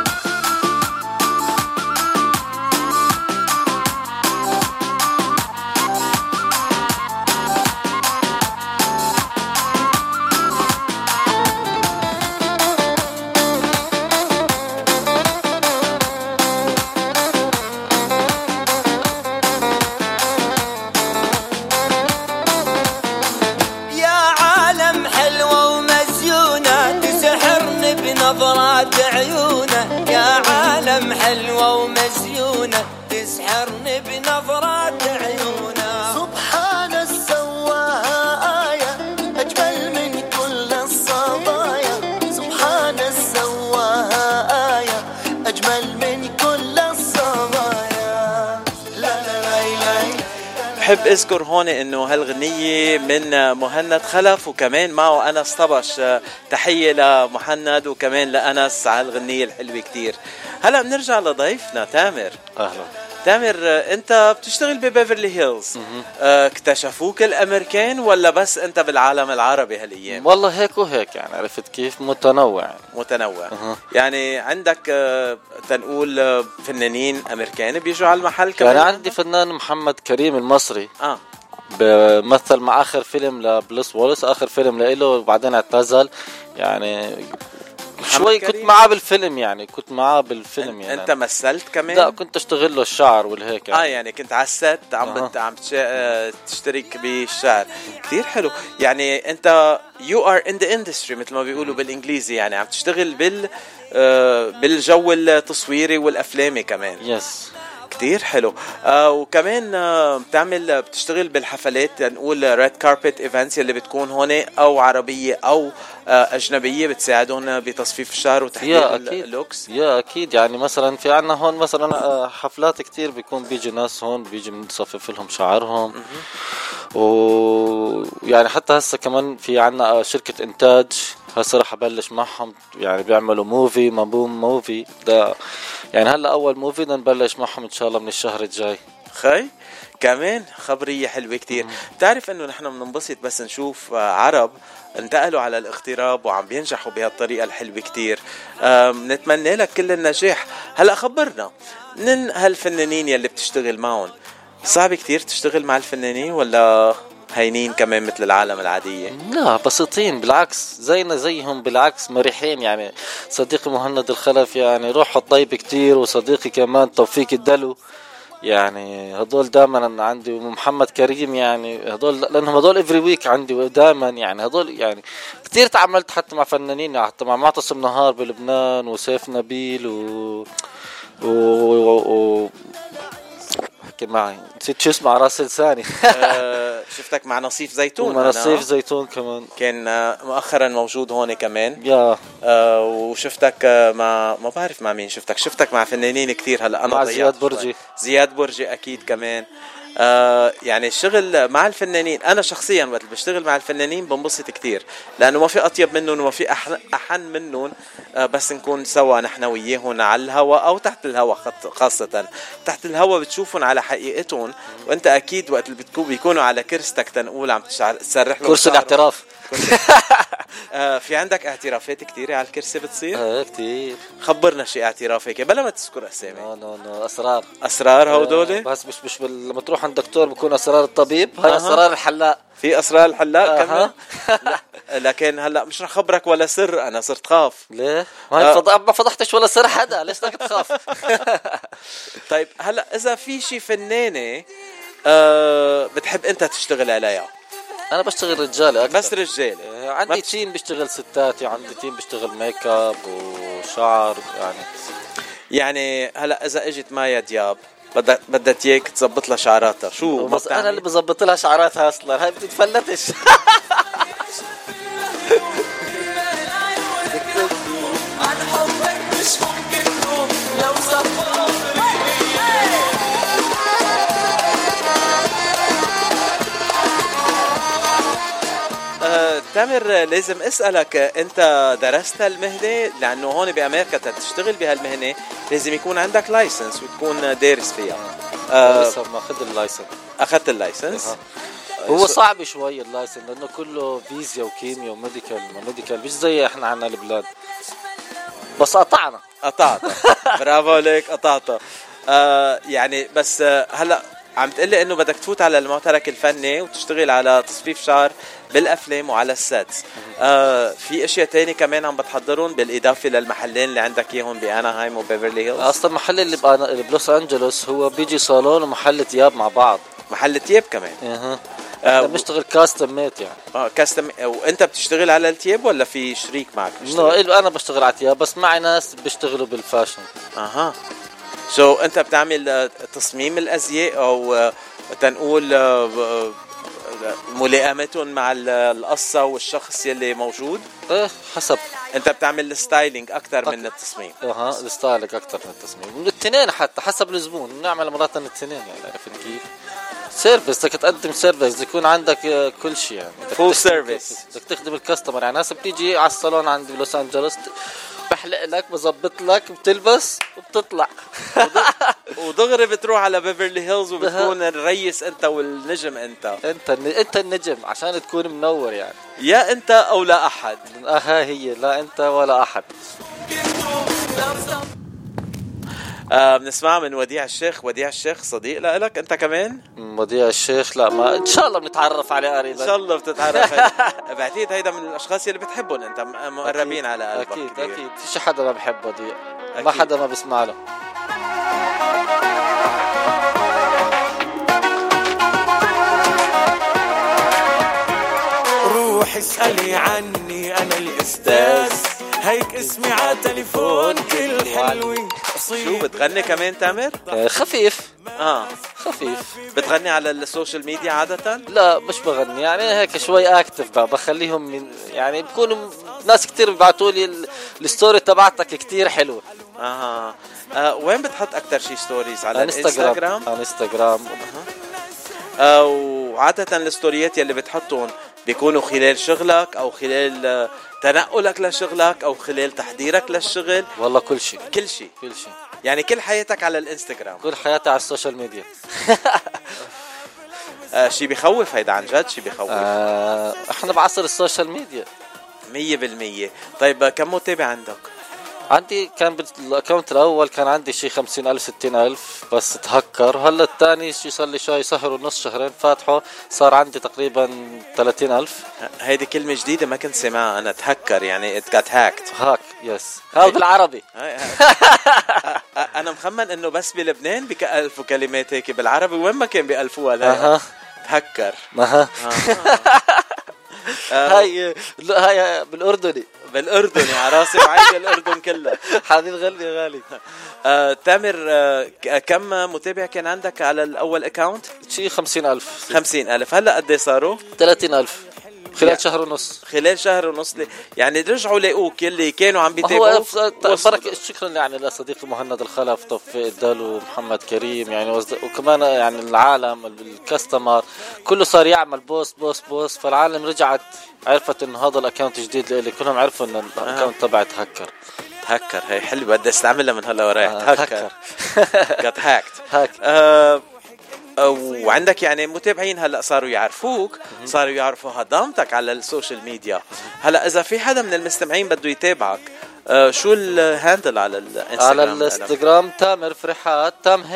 نظرات عيونه يا عالم حلوة ومزيونة، تسحرني بنظرات عيونه. سبحان السواها آية أجمل من كل الصبايا. سبحان السواها آية أجمل من كل الصبايا. لا لا لا لا. بحب اذكر هون انه هالغنية من مهند خلف، وكمان معه أنس طبش. تحية لمهند وكمان لأنس على الغنية الحلوة كتير. هلأ بنرجع لضيفنا تامر. أهلا تامر، انت بتشتغل ببيفرلي هيلز. اكتشفوك الامريكان ولا بس انت بالعالم العربي هالايام؟ والله هيك وهيك، يعني عرفت كيف متنوع. يعني عندك تنقول فنانين امريكان بيجوا على المحل كمان. يعني عندي فنان محمد كريم المصري بمثل مع اخر فيلم لبلوس وولس، اخر فيلم له، وبعدين اعتزل. يعني شوي كنت معاه بالفيلم. يعني كنت معاه بالفيلم. يعني انت مثلت كمان؟ لا، كنت اشتغل له الشعر والهيك. يعني كنت على الست عم تشترك بالشعر. كتير حلو. يعني انت you are in the industry مثل ما بيقولوا بالانجليزي. يعني عم تشتغل بالجو التصويري والافلامي كمان. يس كتير حلو. وكمان بتشتغل بالحفلات، نقول ريد كاربت ايفنتس اللي بتكون هون او عربيه او اجنبيه، بتساعدون بتصفيف الشعر وتحديد اللوكس. يا اكيد. يعني مثلا في عنا هون مثلا حفلات كتير بيكون بيجي ناس هون بيجي بنصفف لهم شعرهم. ويعني حتى هسه كمان في عنا شركه انتاج هسه رح ابلش معهم. يعني بيعملوا موفي مابوم موفي ده. يعني هلا اول موفي بدنا نبلش معهم ان شاء الله من الشهر الجاي. خي كمان خبرية حلوة كتير. بتعرف انه نحن بننبسط بس نشوف عرب انتقلوا على الاغتراب وعم بينجحوا بهالطريقة الحلوة كتير. نتمنى لك كل النجاح. هلأ خبرنا من هالفنانين يلي بتشتغل معهم، صعب كتير تشتغل مع الفنانين ولا هينين كمان مثل العالم العادية؟ لا بسيطين بالعكس، زينا زيهم بالعكس، مريحين. يعني صديقي مهند الخلف يعني روحه طيب كتير، وصديقي كمان توفيق الدلو، يعني هدول دائما عندي، ومحمد كريم، يعني هدول لانهم هدول افري ويك عندي دائما. يعني هدول يعني كتير تعاملت حتى مع فنانين، يعني حتى مع معتصم نهار بلبنان وسيف نبيل و حكي معي نسيت شو اسمه على راس لساني. شفتك مع نصيف زيتون. مع نصيف زيتون كمان كان مؤخرا موجود هون كمان. يا وشفتك ما بعرف مع مين شفتك مع فنانين كثير. هلا انا مع زياد برجي اكيد كمان. يعني الشغل مع الفنانين، انا شخصيا وقت بشتغل مع الفنانين بنبسط كتير، لانه ما في اطيب منهم وما في احن منهم. بس نكون سوا نحن وياهم على الهوا او تحت الهوا، خاصة تحت الهوا بتشوفون على حقيقتهم. وانت اكيد وقت اللي بيكونوا على كرستك تنقول عم تسرح له كرسي الاعتراف. في عندك اعترافات كتيرة على الكرسي بتصير؟ كتير. خبرنا شيء اعتراف هيك بلا ما تذكر اسامي. لا اسرار هودول. بس مش لما تروح عند الدكتور بكون اسرار الطبيب، هاي اسرار الحلاق. في اسرار الحلاق كمان. لكن هلا مش رح خبرك ولا سر، انا صرت خاف. ليه؟ ما فضحتش ولا سر حدا، ليش بدك تخاف؟ طيب هلا اذا في شي فنانة بتحب انت تشتغل عليها؟ انا بشتغل رجالي اكثر. بس رجالي. عندي تيم بيشتغل ستات، عندي تيم بيشتغل ميك اب وشعر. يعني هلا اذا اجت مايا دياب بدها اياك تزبط لها شعراتها، شو بس انا اللي بزبط لها شعراتها اصلا، هاي بتتفلتش. تامر لازم اسألك، انت درست المهنة؟ لانه هون بامريكا تشتغل بهالمهنة لازم يكون عندك لايسنس وتكون دارس فيها. اخذت اللايسنس. هو صعب شوي اللايسنس لانه كله فيزياء وكيمياء وميديكال مش زي احنا عنا البلاد. بس قطعت. برافو لك، قطعتها. يعني بس هلا عم تقلي انه بدك تفوت على المعترك الفني وتشتغل على تصفيف شعر بالافلام وعلى السيتس. في اشياء تاني كمان عم بتحضرون بالاضافه للمحلين اللي عندك اياهم باناهايم وبيفرلي هيلز؟ اصلا المحل اللي بلوس انجلوس هو بيجي صالون ومحل ثياب مع بعض. محل ثياب كمان. بنشتغل كاستم ميت يعني. كاستم. وانت بتشتغل على الثياب ولا في شريك معك بيشتغل؟ انا بشتغل على الثياب بس معي ناس بيشتغلوا بالفاشن. انت بتعمل تصميم الازياء او تنقول ملائمتهم مع القصة والشخص يلي موجود؟ حسب. انت بتعمل الستايلينج اكتر من التصميم. الستايلينج اكتر من التصميم، من الاثنين حتى حسب الزبون. بنعمل مرات الاثنين يعني. عرفت كيف؟ سيرفيس، بدك تقدم سيرفيس، يكون عندك كل شيء يعني. فول سيرفيس، بدك تخدم الكاستمر. يعني ناس بتيجي على الصالون عندي بلوس انجلوس، بحلق لك، بظبط لك، بتلبس وبتطلع. ودغري بتروح على بيفرلي هيلز وبتكون الرئيس انت والنجم انت النجم عشان تكون منور يعني. يا انت او لا احد. هي لا انت ولا احد. بنسمع من وديع الشيخ صديق لك انت كمان؟ وديع الشيخ لا، ما ان شاء الله بنتعرف عليه قريبا. ان شاء الله بتتعرف عليه. بعتقد هيدا من الاشخاص اللي بتحبهم انت، مقربين على قلبك. اكيد فيش حدا ما بحب وديع، ما حدا ما بسمع له. روح اسألي عني انا الاستاذ، هيك اسمي على تليفون كل حلوين. شو بتغني كمان تامر؟ خفيف. خفيف. بتغني على السوشيال ميديا عادة؟ لا مش بغني يعني، هيك شوي اكتف بخليهم من يعني بكونوا ناس كتير بيبعتوا لي الستوري تبعتك كتير حلوة. وين بتحط اكتر شي ستوريز؟ على انستغرام. وعادة الستوريات يلي بتحطون بيكونوا خلال شغلك او خلال تنقلك لشغلك او خلال تحضيرك للشغل؟ والله كل شيء يعني كل حياتك على الانستغرام؟ كل حياتي على السوشيال ميديا. شي بيخوف هيدا عن جد، شي بيخوف. احنا بعصر السوشيال ميديا 100%. طيب كم متابع عندك؟ عندي كان بالاكونت الاول كان عندي شي 50,000 60,000 بس تهكر. هلا الثاني شي صار لي شوي شهر ونص شهرين فاتحه صار عندي تقريبا 30,000. هيدي كلمة جديدة ما كنت سمعها أنا، تهكر يعني it got hacked. هاك يس هذا بالعربي. أنا مخمن إنه بس بلبنان بيألفوا كلمات هيك بالعربي، وين ما كان بيألفوها لا تهكر. هاي بالأردني عراسي وعيد الأردن كلها. حبيب غالي غالي. تامر كم متابع كان عندك على الأول أكاونت؟ شيء 50,000. 50,000. هلأ قد صاروا؟ 30,000 خلال شهر ونص. يعني رجعوا لاقوك يلي كانوا عم بيتابعوا. بركة شكرا يعني لصديقي مهند الخلف، توفيق الدالو، محمد كريم يعني وكمان يعني العالم الكاستمر كله صار يعمل بوست. فالعالم رجعت عرفت انه هذا الاكونت جديد لي، كلهم عرفوا ان الاكونت تبعي تهكر. هي حلوه بدي استعملها من هلا ورايح. تهكر got hacked. وعندك يعني متابعين هلا صاروا يعرفوك، صاروا يعرفوا هضامتك على السوشيال ميديا. هلا اذا في حدا من المستمعين بده يتابعك شو الهاندل على الانستغرام؟ على الانستغرام تامر فرحات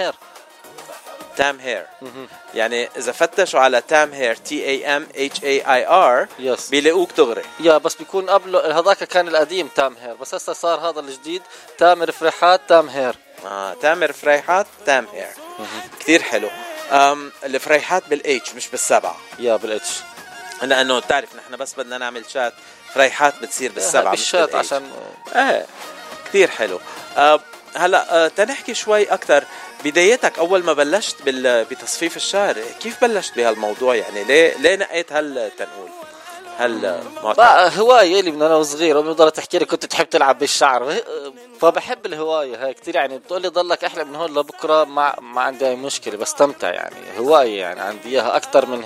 تام هير. يعني اذا فتشوا على تام هير TAMHAIR بيلاقوك دغري. بس بيكون قبله هذاك كان القديم تام هير، بس هسه صار هذا الجديد تامر فرحات تام هير. تامر فريحات تام هير. كتير حلو. الفريحات بالاتش مش بالسبعة. بالاتش، لانه بتعرف نحن بس بدنا نعمل شات فريحات بتصير بالسبعة مش بالشات عشان كتير حلو. هلا تنحكي شوي اكتر بدايتك اول ما بلشت بتصفيف الشعر، كيف بلشت بهالموضوع؟ يعني ليه نقيت هالتنقول هواية اللي من أنا وصغير أمي ضلت تحكي لي كنت تحب تلعب بالشعر، فبحب الهواية هاي كتير. يعني بتقول لي ضلك أحلى من هون لبكرة ما عندي أي مشكلة، بستمتع يعني هواية يعني عندي إياها أكتر من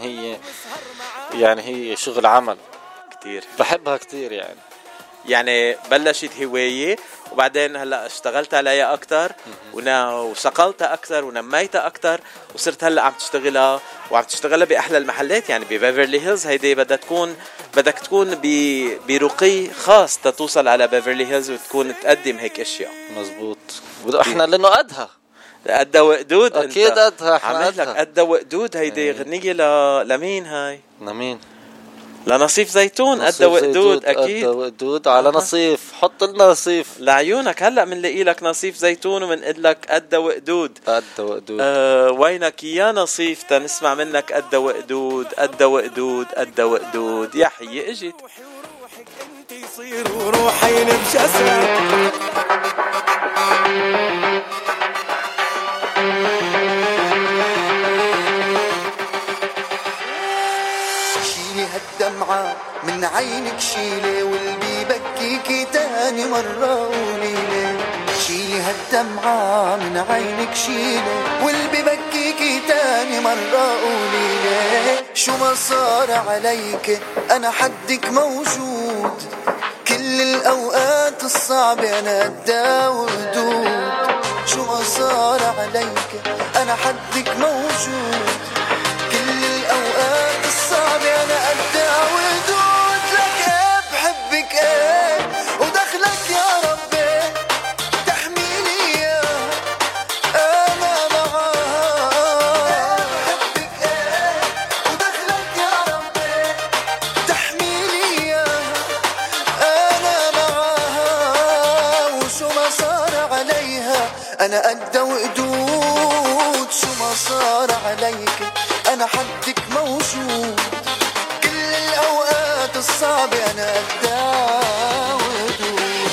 هي شغل عمل. كتير بحبها كتير يعني بلشت هواية وبعدين هلا اشتغلت عليها اكثر وشغلتها اكثر ونميتها اكثر وصرت هلا عم تشتغلها وعم تشتغلها باحلى المحلات. يعني ببيفرلي هيلز هيدي بدك تكون برقي خاص تتوصل على بيفرلي هيلز وتكون تقدم هيك اشياء. مزبوط. احنا لانه قدها وقدود. اكيد قدها. عملت لك قدها وقدود. هيدي غنية لمين هاي؟ لمين؟ لنصيف زيتون. قدها وقدود. اكيد قدها وقدود على نصيف. حط لنا نصيف لعيونك. هلا منلاقي لك نصيف زيتون ومنقول لك قدها وقدود. وينك يا نصيف تنسمع منك قدها وقدود قدها وقدود قدها وقدود. يا حي اجت يصير وروحين بجسمك. الدمعة من عينك شيلي واللي بكيكي تاني مرة قوليلي. شيلي هالدمعة من عينك شيلي واللي بكيكي تاني مرة قوليلي. شو ما صار عليك أنا حدك موجود، كل الأوقات الصعبة أنا قدها وقدود. شو ما صار عليك أنا حدك موجود، كل الأوقات الصعبة أنا قدها وقدود. لك بحبك ودخلك يا ربي تحميني أنا معاها. بحبك ودخلك يا ربي تحميني أنا معاها. وشو ما صار عليها أنا قدها وقدود. شو ما صار عليك أنا حدك موجود، كل الأوقات الصعبة أنا قدها وقدود.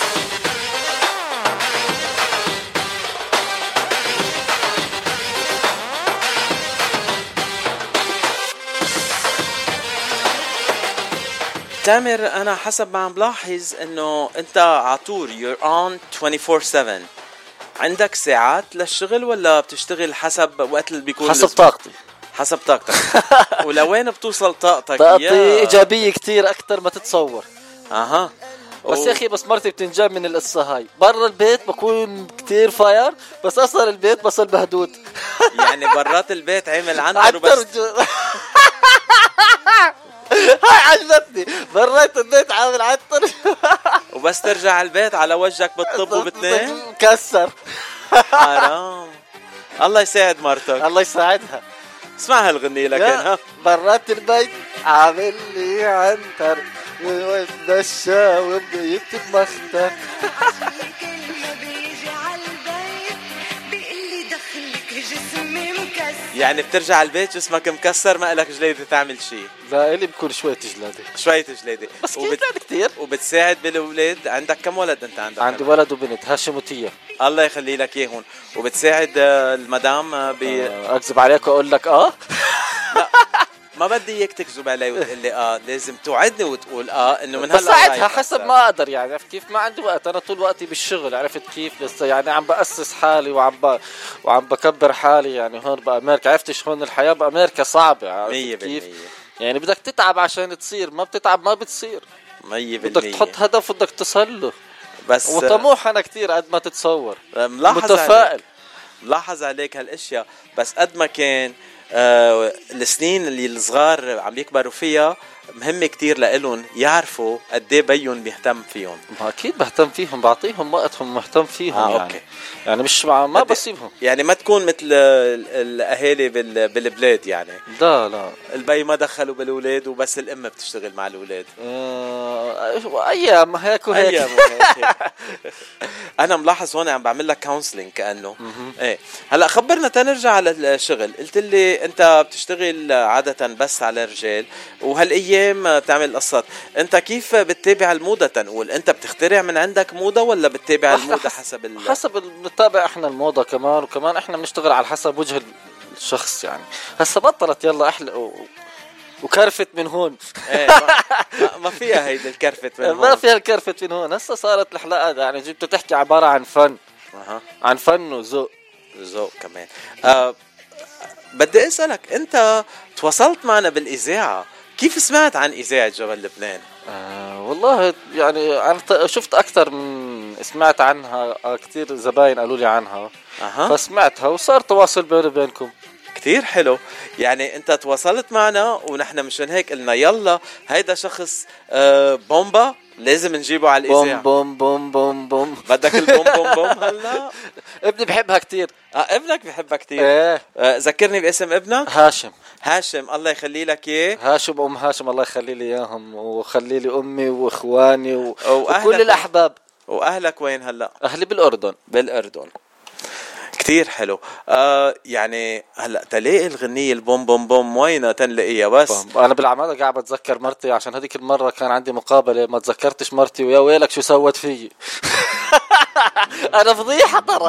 تامر أنا حسب ما عم بلاحظ إنه أنت عطور you're on 24/7. عندك ساعات للشغل ولا بتشتغل حسب وقت اللي بيكون؟ حسب طاقتي. حسب طاقتك. ولوين بتوصل طاقتك؟ طاقتي إيجابية كتير أكتر ما تتصور. أها. بس يا أخي بس مرتي بتنجاب من القصة هاي. برا البيت بكون كتير فاير، بس أصلا البيت بصل بهدود. يعني برات البيت عمل عنتر وبس. هاي عجبتني. برات البيت عامل عنتر وبس ترجع على البيت على وجهك بالطب وبتنام مكسر. حرام. الله يساعد مرتك. الله يساعدها. اسمع هالغنية لكن ها. برات البيت عامل لي عنتر وبدشا وبيكتب مختر. يعني بترجع على البيت جسمك مكسر ما إلك جليدة تعمل شيء. لا إلي بكون شوية جلادة. شوية جليدة. بس كتير. وبتساعد بالأولاد. عندك كم ولد أنت عندك؟ عندي ولد وبنت هاشم وتيا. الله يخلي لك إياهم. وبتساعد المدام أكذب عليك وأقول لك لا ما بدي اياك تكذب علي وتقول لي لازم توعدني وتقول انه من هلا بساعدها حسب ما اقدر يعني. عرفت كيف؟ ما عندي وقت انا طول وقتي بالشغل. عرفت كيف؟ لسه يعني عم بأسس حالي وعم بكبر حالي يعني هون بأمريكا. عرفتش هون الحياة بأمريكا صعبة. عرفت كيف؟ يعني بدك تتعب عشان تصير. ما بتتعب ما بتصير. 100% بدك تحط هدف بدك تصل له. بس وطموح انا كتير قد ما تتصور. متفائل. ملاحظ عليك هالاشياء. بس قد ما كان السنين اللي الصغار عم يكبروا فيها مهمة كتير لإلهم يعرفوا قديه بيهم بيهتم فيهم. ما أكيد بهتم فيهم بعطيهم وقتهم مهتم فيهم يعني. أوكي. يعني مش ما بسيبهم. يعني ما تكون مثل الأهالي بالبلاد يعني. لا البي ما دخلوا بالأولاد وبس الأم بتشتغل مع الأولاد. أيام هيك وهيك. أنا ملاحظ هون عم بعمل لك كونسلينج كأنه. إيه هلا خبرنا تنرجع على الشغل. قلت لي أنت بتشتغل عادة بس على الرجال وهالأيام بتعمل قصات. انت كيف بتتابع الموضة؟ تنقول انت بتخترع من عندك موضة ولا بتتابع الموضة حسب بنتابع احنا الموضة كمان. وكمان احنا بنشتغل على حسب وجه الشخص يعني. هسه بطلت يلا احلق وكرفت من هون. ايه ما فيها هيدا الكرفت من هون. ما فيها الكرفت من هون. هسه صارت الحلقة يعني جبت تحكي عبارة عن فن. عن فن وذوق. ذوق كمان. بدي اسألك انت تواصلت معنا بالإذاعة. كيف سمعت عن إذاعة جبل لبنان؟ والله يعني أنا شفت أكثر من سمعت عنها. كتير زباين قالوا لي عنها. فسمعتها وصار تواصل بيني وبينكم. كتير حلو. يعني أنت تواصلت معنا ونحن مشان هيك قلنا يلا هيدا شخص بومبا لازم نجيبه على الإذاعة. بوم بوم بوم بوم. بدك البوم بوم بوم هلا؟ ابني بحبها كتير. ابنك بحبها كتير. ايه. ذكرني باسم ابنك. هاشم الله يخلي لك اياه. هاشم هاشم الله يخلي لي اياهم وخلي لي امي واخواني وكل الاحباب. واهلك وين هلا؟ اهلي بالاردن. كتير حلو. يعني هلا تلاقي الغنية البوم بوم بوم وينها تنلاقيها بس انا بالعمادة قاعد بتذكر مرتي عشان هذيك المرة كان عندي مقابلة ما تذكرتش مرتي ويا ويلك شو سوت فيي. انا فضيحة ترى.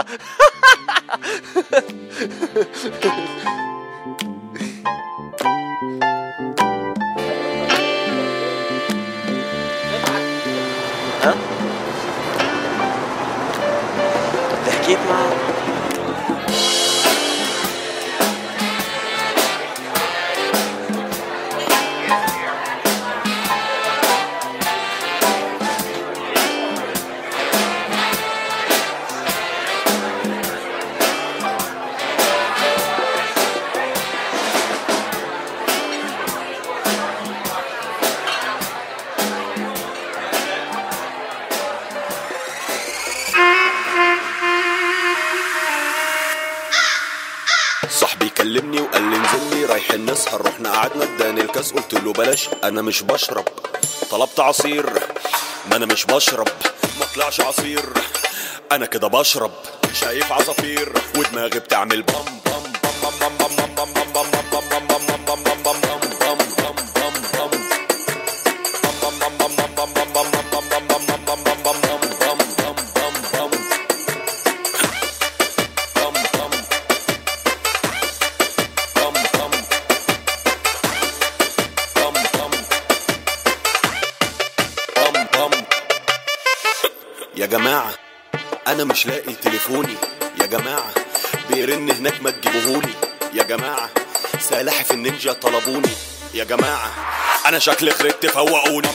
حكيت معه كلمني وقال لي انزل لي رايحين نسهر. رحنا قعدنا اداني الكاس قلت له بلاش انا مش بشرب. طلبت عصير ما انا مش بشرب. ما طلعش عصير انا كده بشرب. شايف عصافير ودماغي بتعمل بام بام بام بام بام بام بام بام بام بام بام بام بام يا جماعة أنا مش لاقي تليفوني. يا جماعة بيرن هناك ما تجيبوهولي. يا جماعة سلاحف النينجا طلبوني يا جماعة انا شكلي خرجت فوقوني.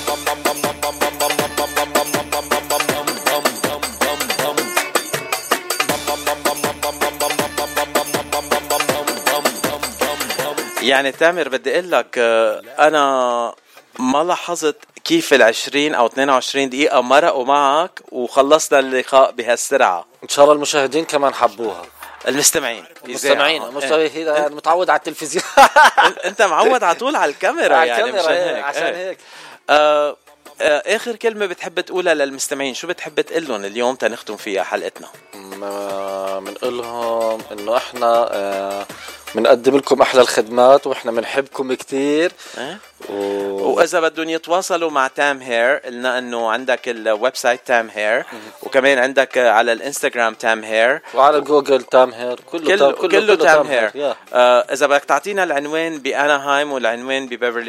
يعني تامر بدي اقول لك انا ما لاحظت كيف 20 أو 22 دقيقة مرقوا معك وخلصنا اللقاء بهالسرعة. إن شاء الله المشاهدين كمان حبوها. المستمعين يعني متعود على التلفزيون. أنت معود على طول على الكاميرا يعني عشان هيك. آخر كلمة بتحب تقولها للمستمعين شو بتحب تقلهم اليوم تنختم فيها حلقتنا؟ بنقول لهم إنه إحنا بنقدم لكم أحلى الخدمات وإحنا بنحبكم كتير. وإذا بدهم يتواصلوا مع تام هير قلنا إنه عندك الويب سايت تام هير وكمان عندك على الانستغرام تام هير وعلى جوجل تام هير كله تام هير. إذا بدك تعطينا العنوان بأناهايم والعنوان ببيفرلي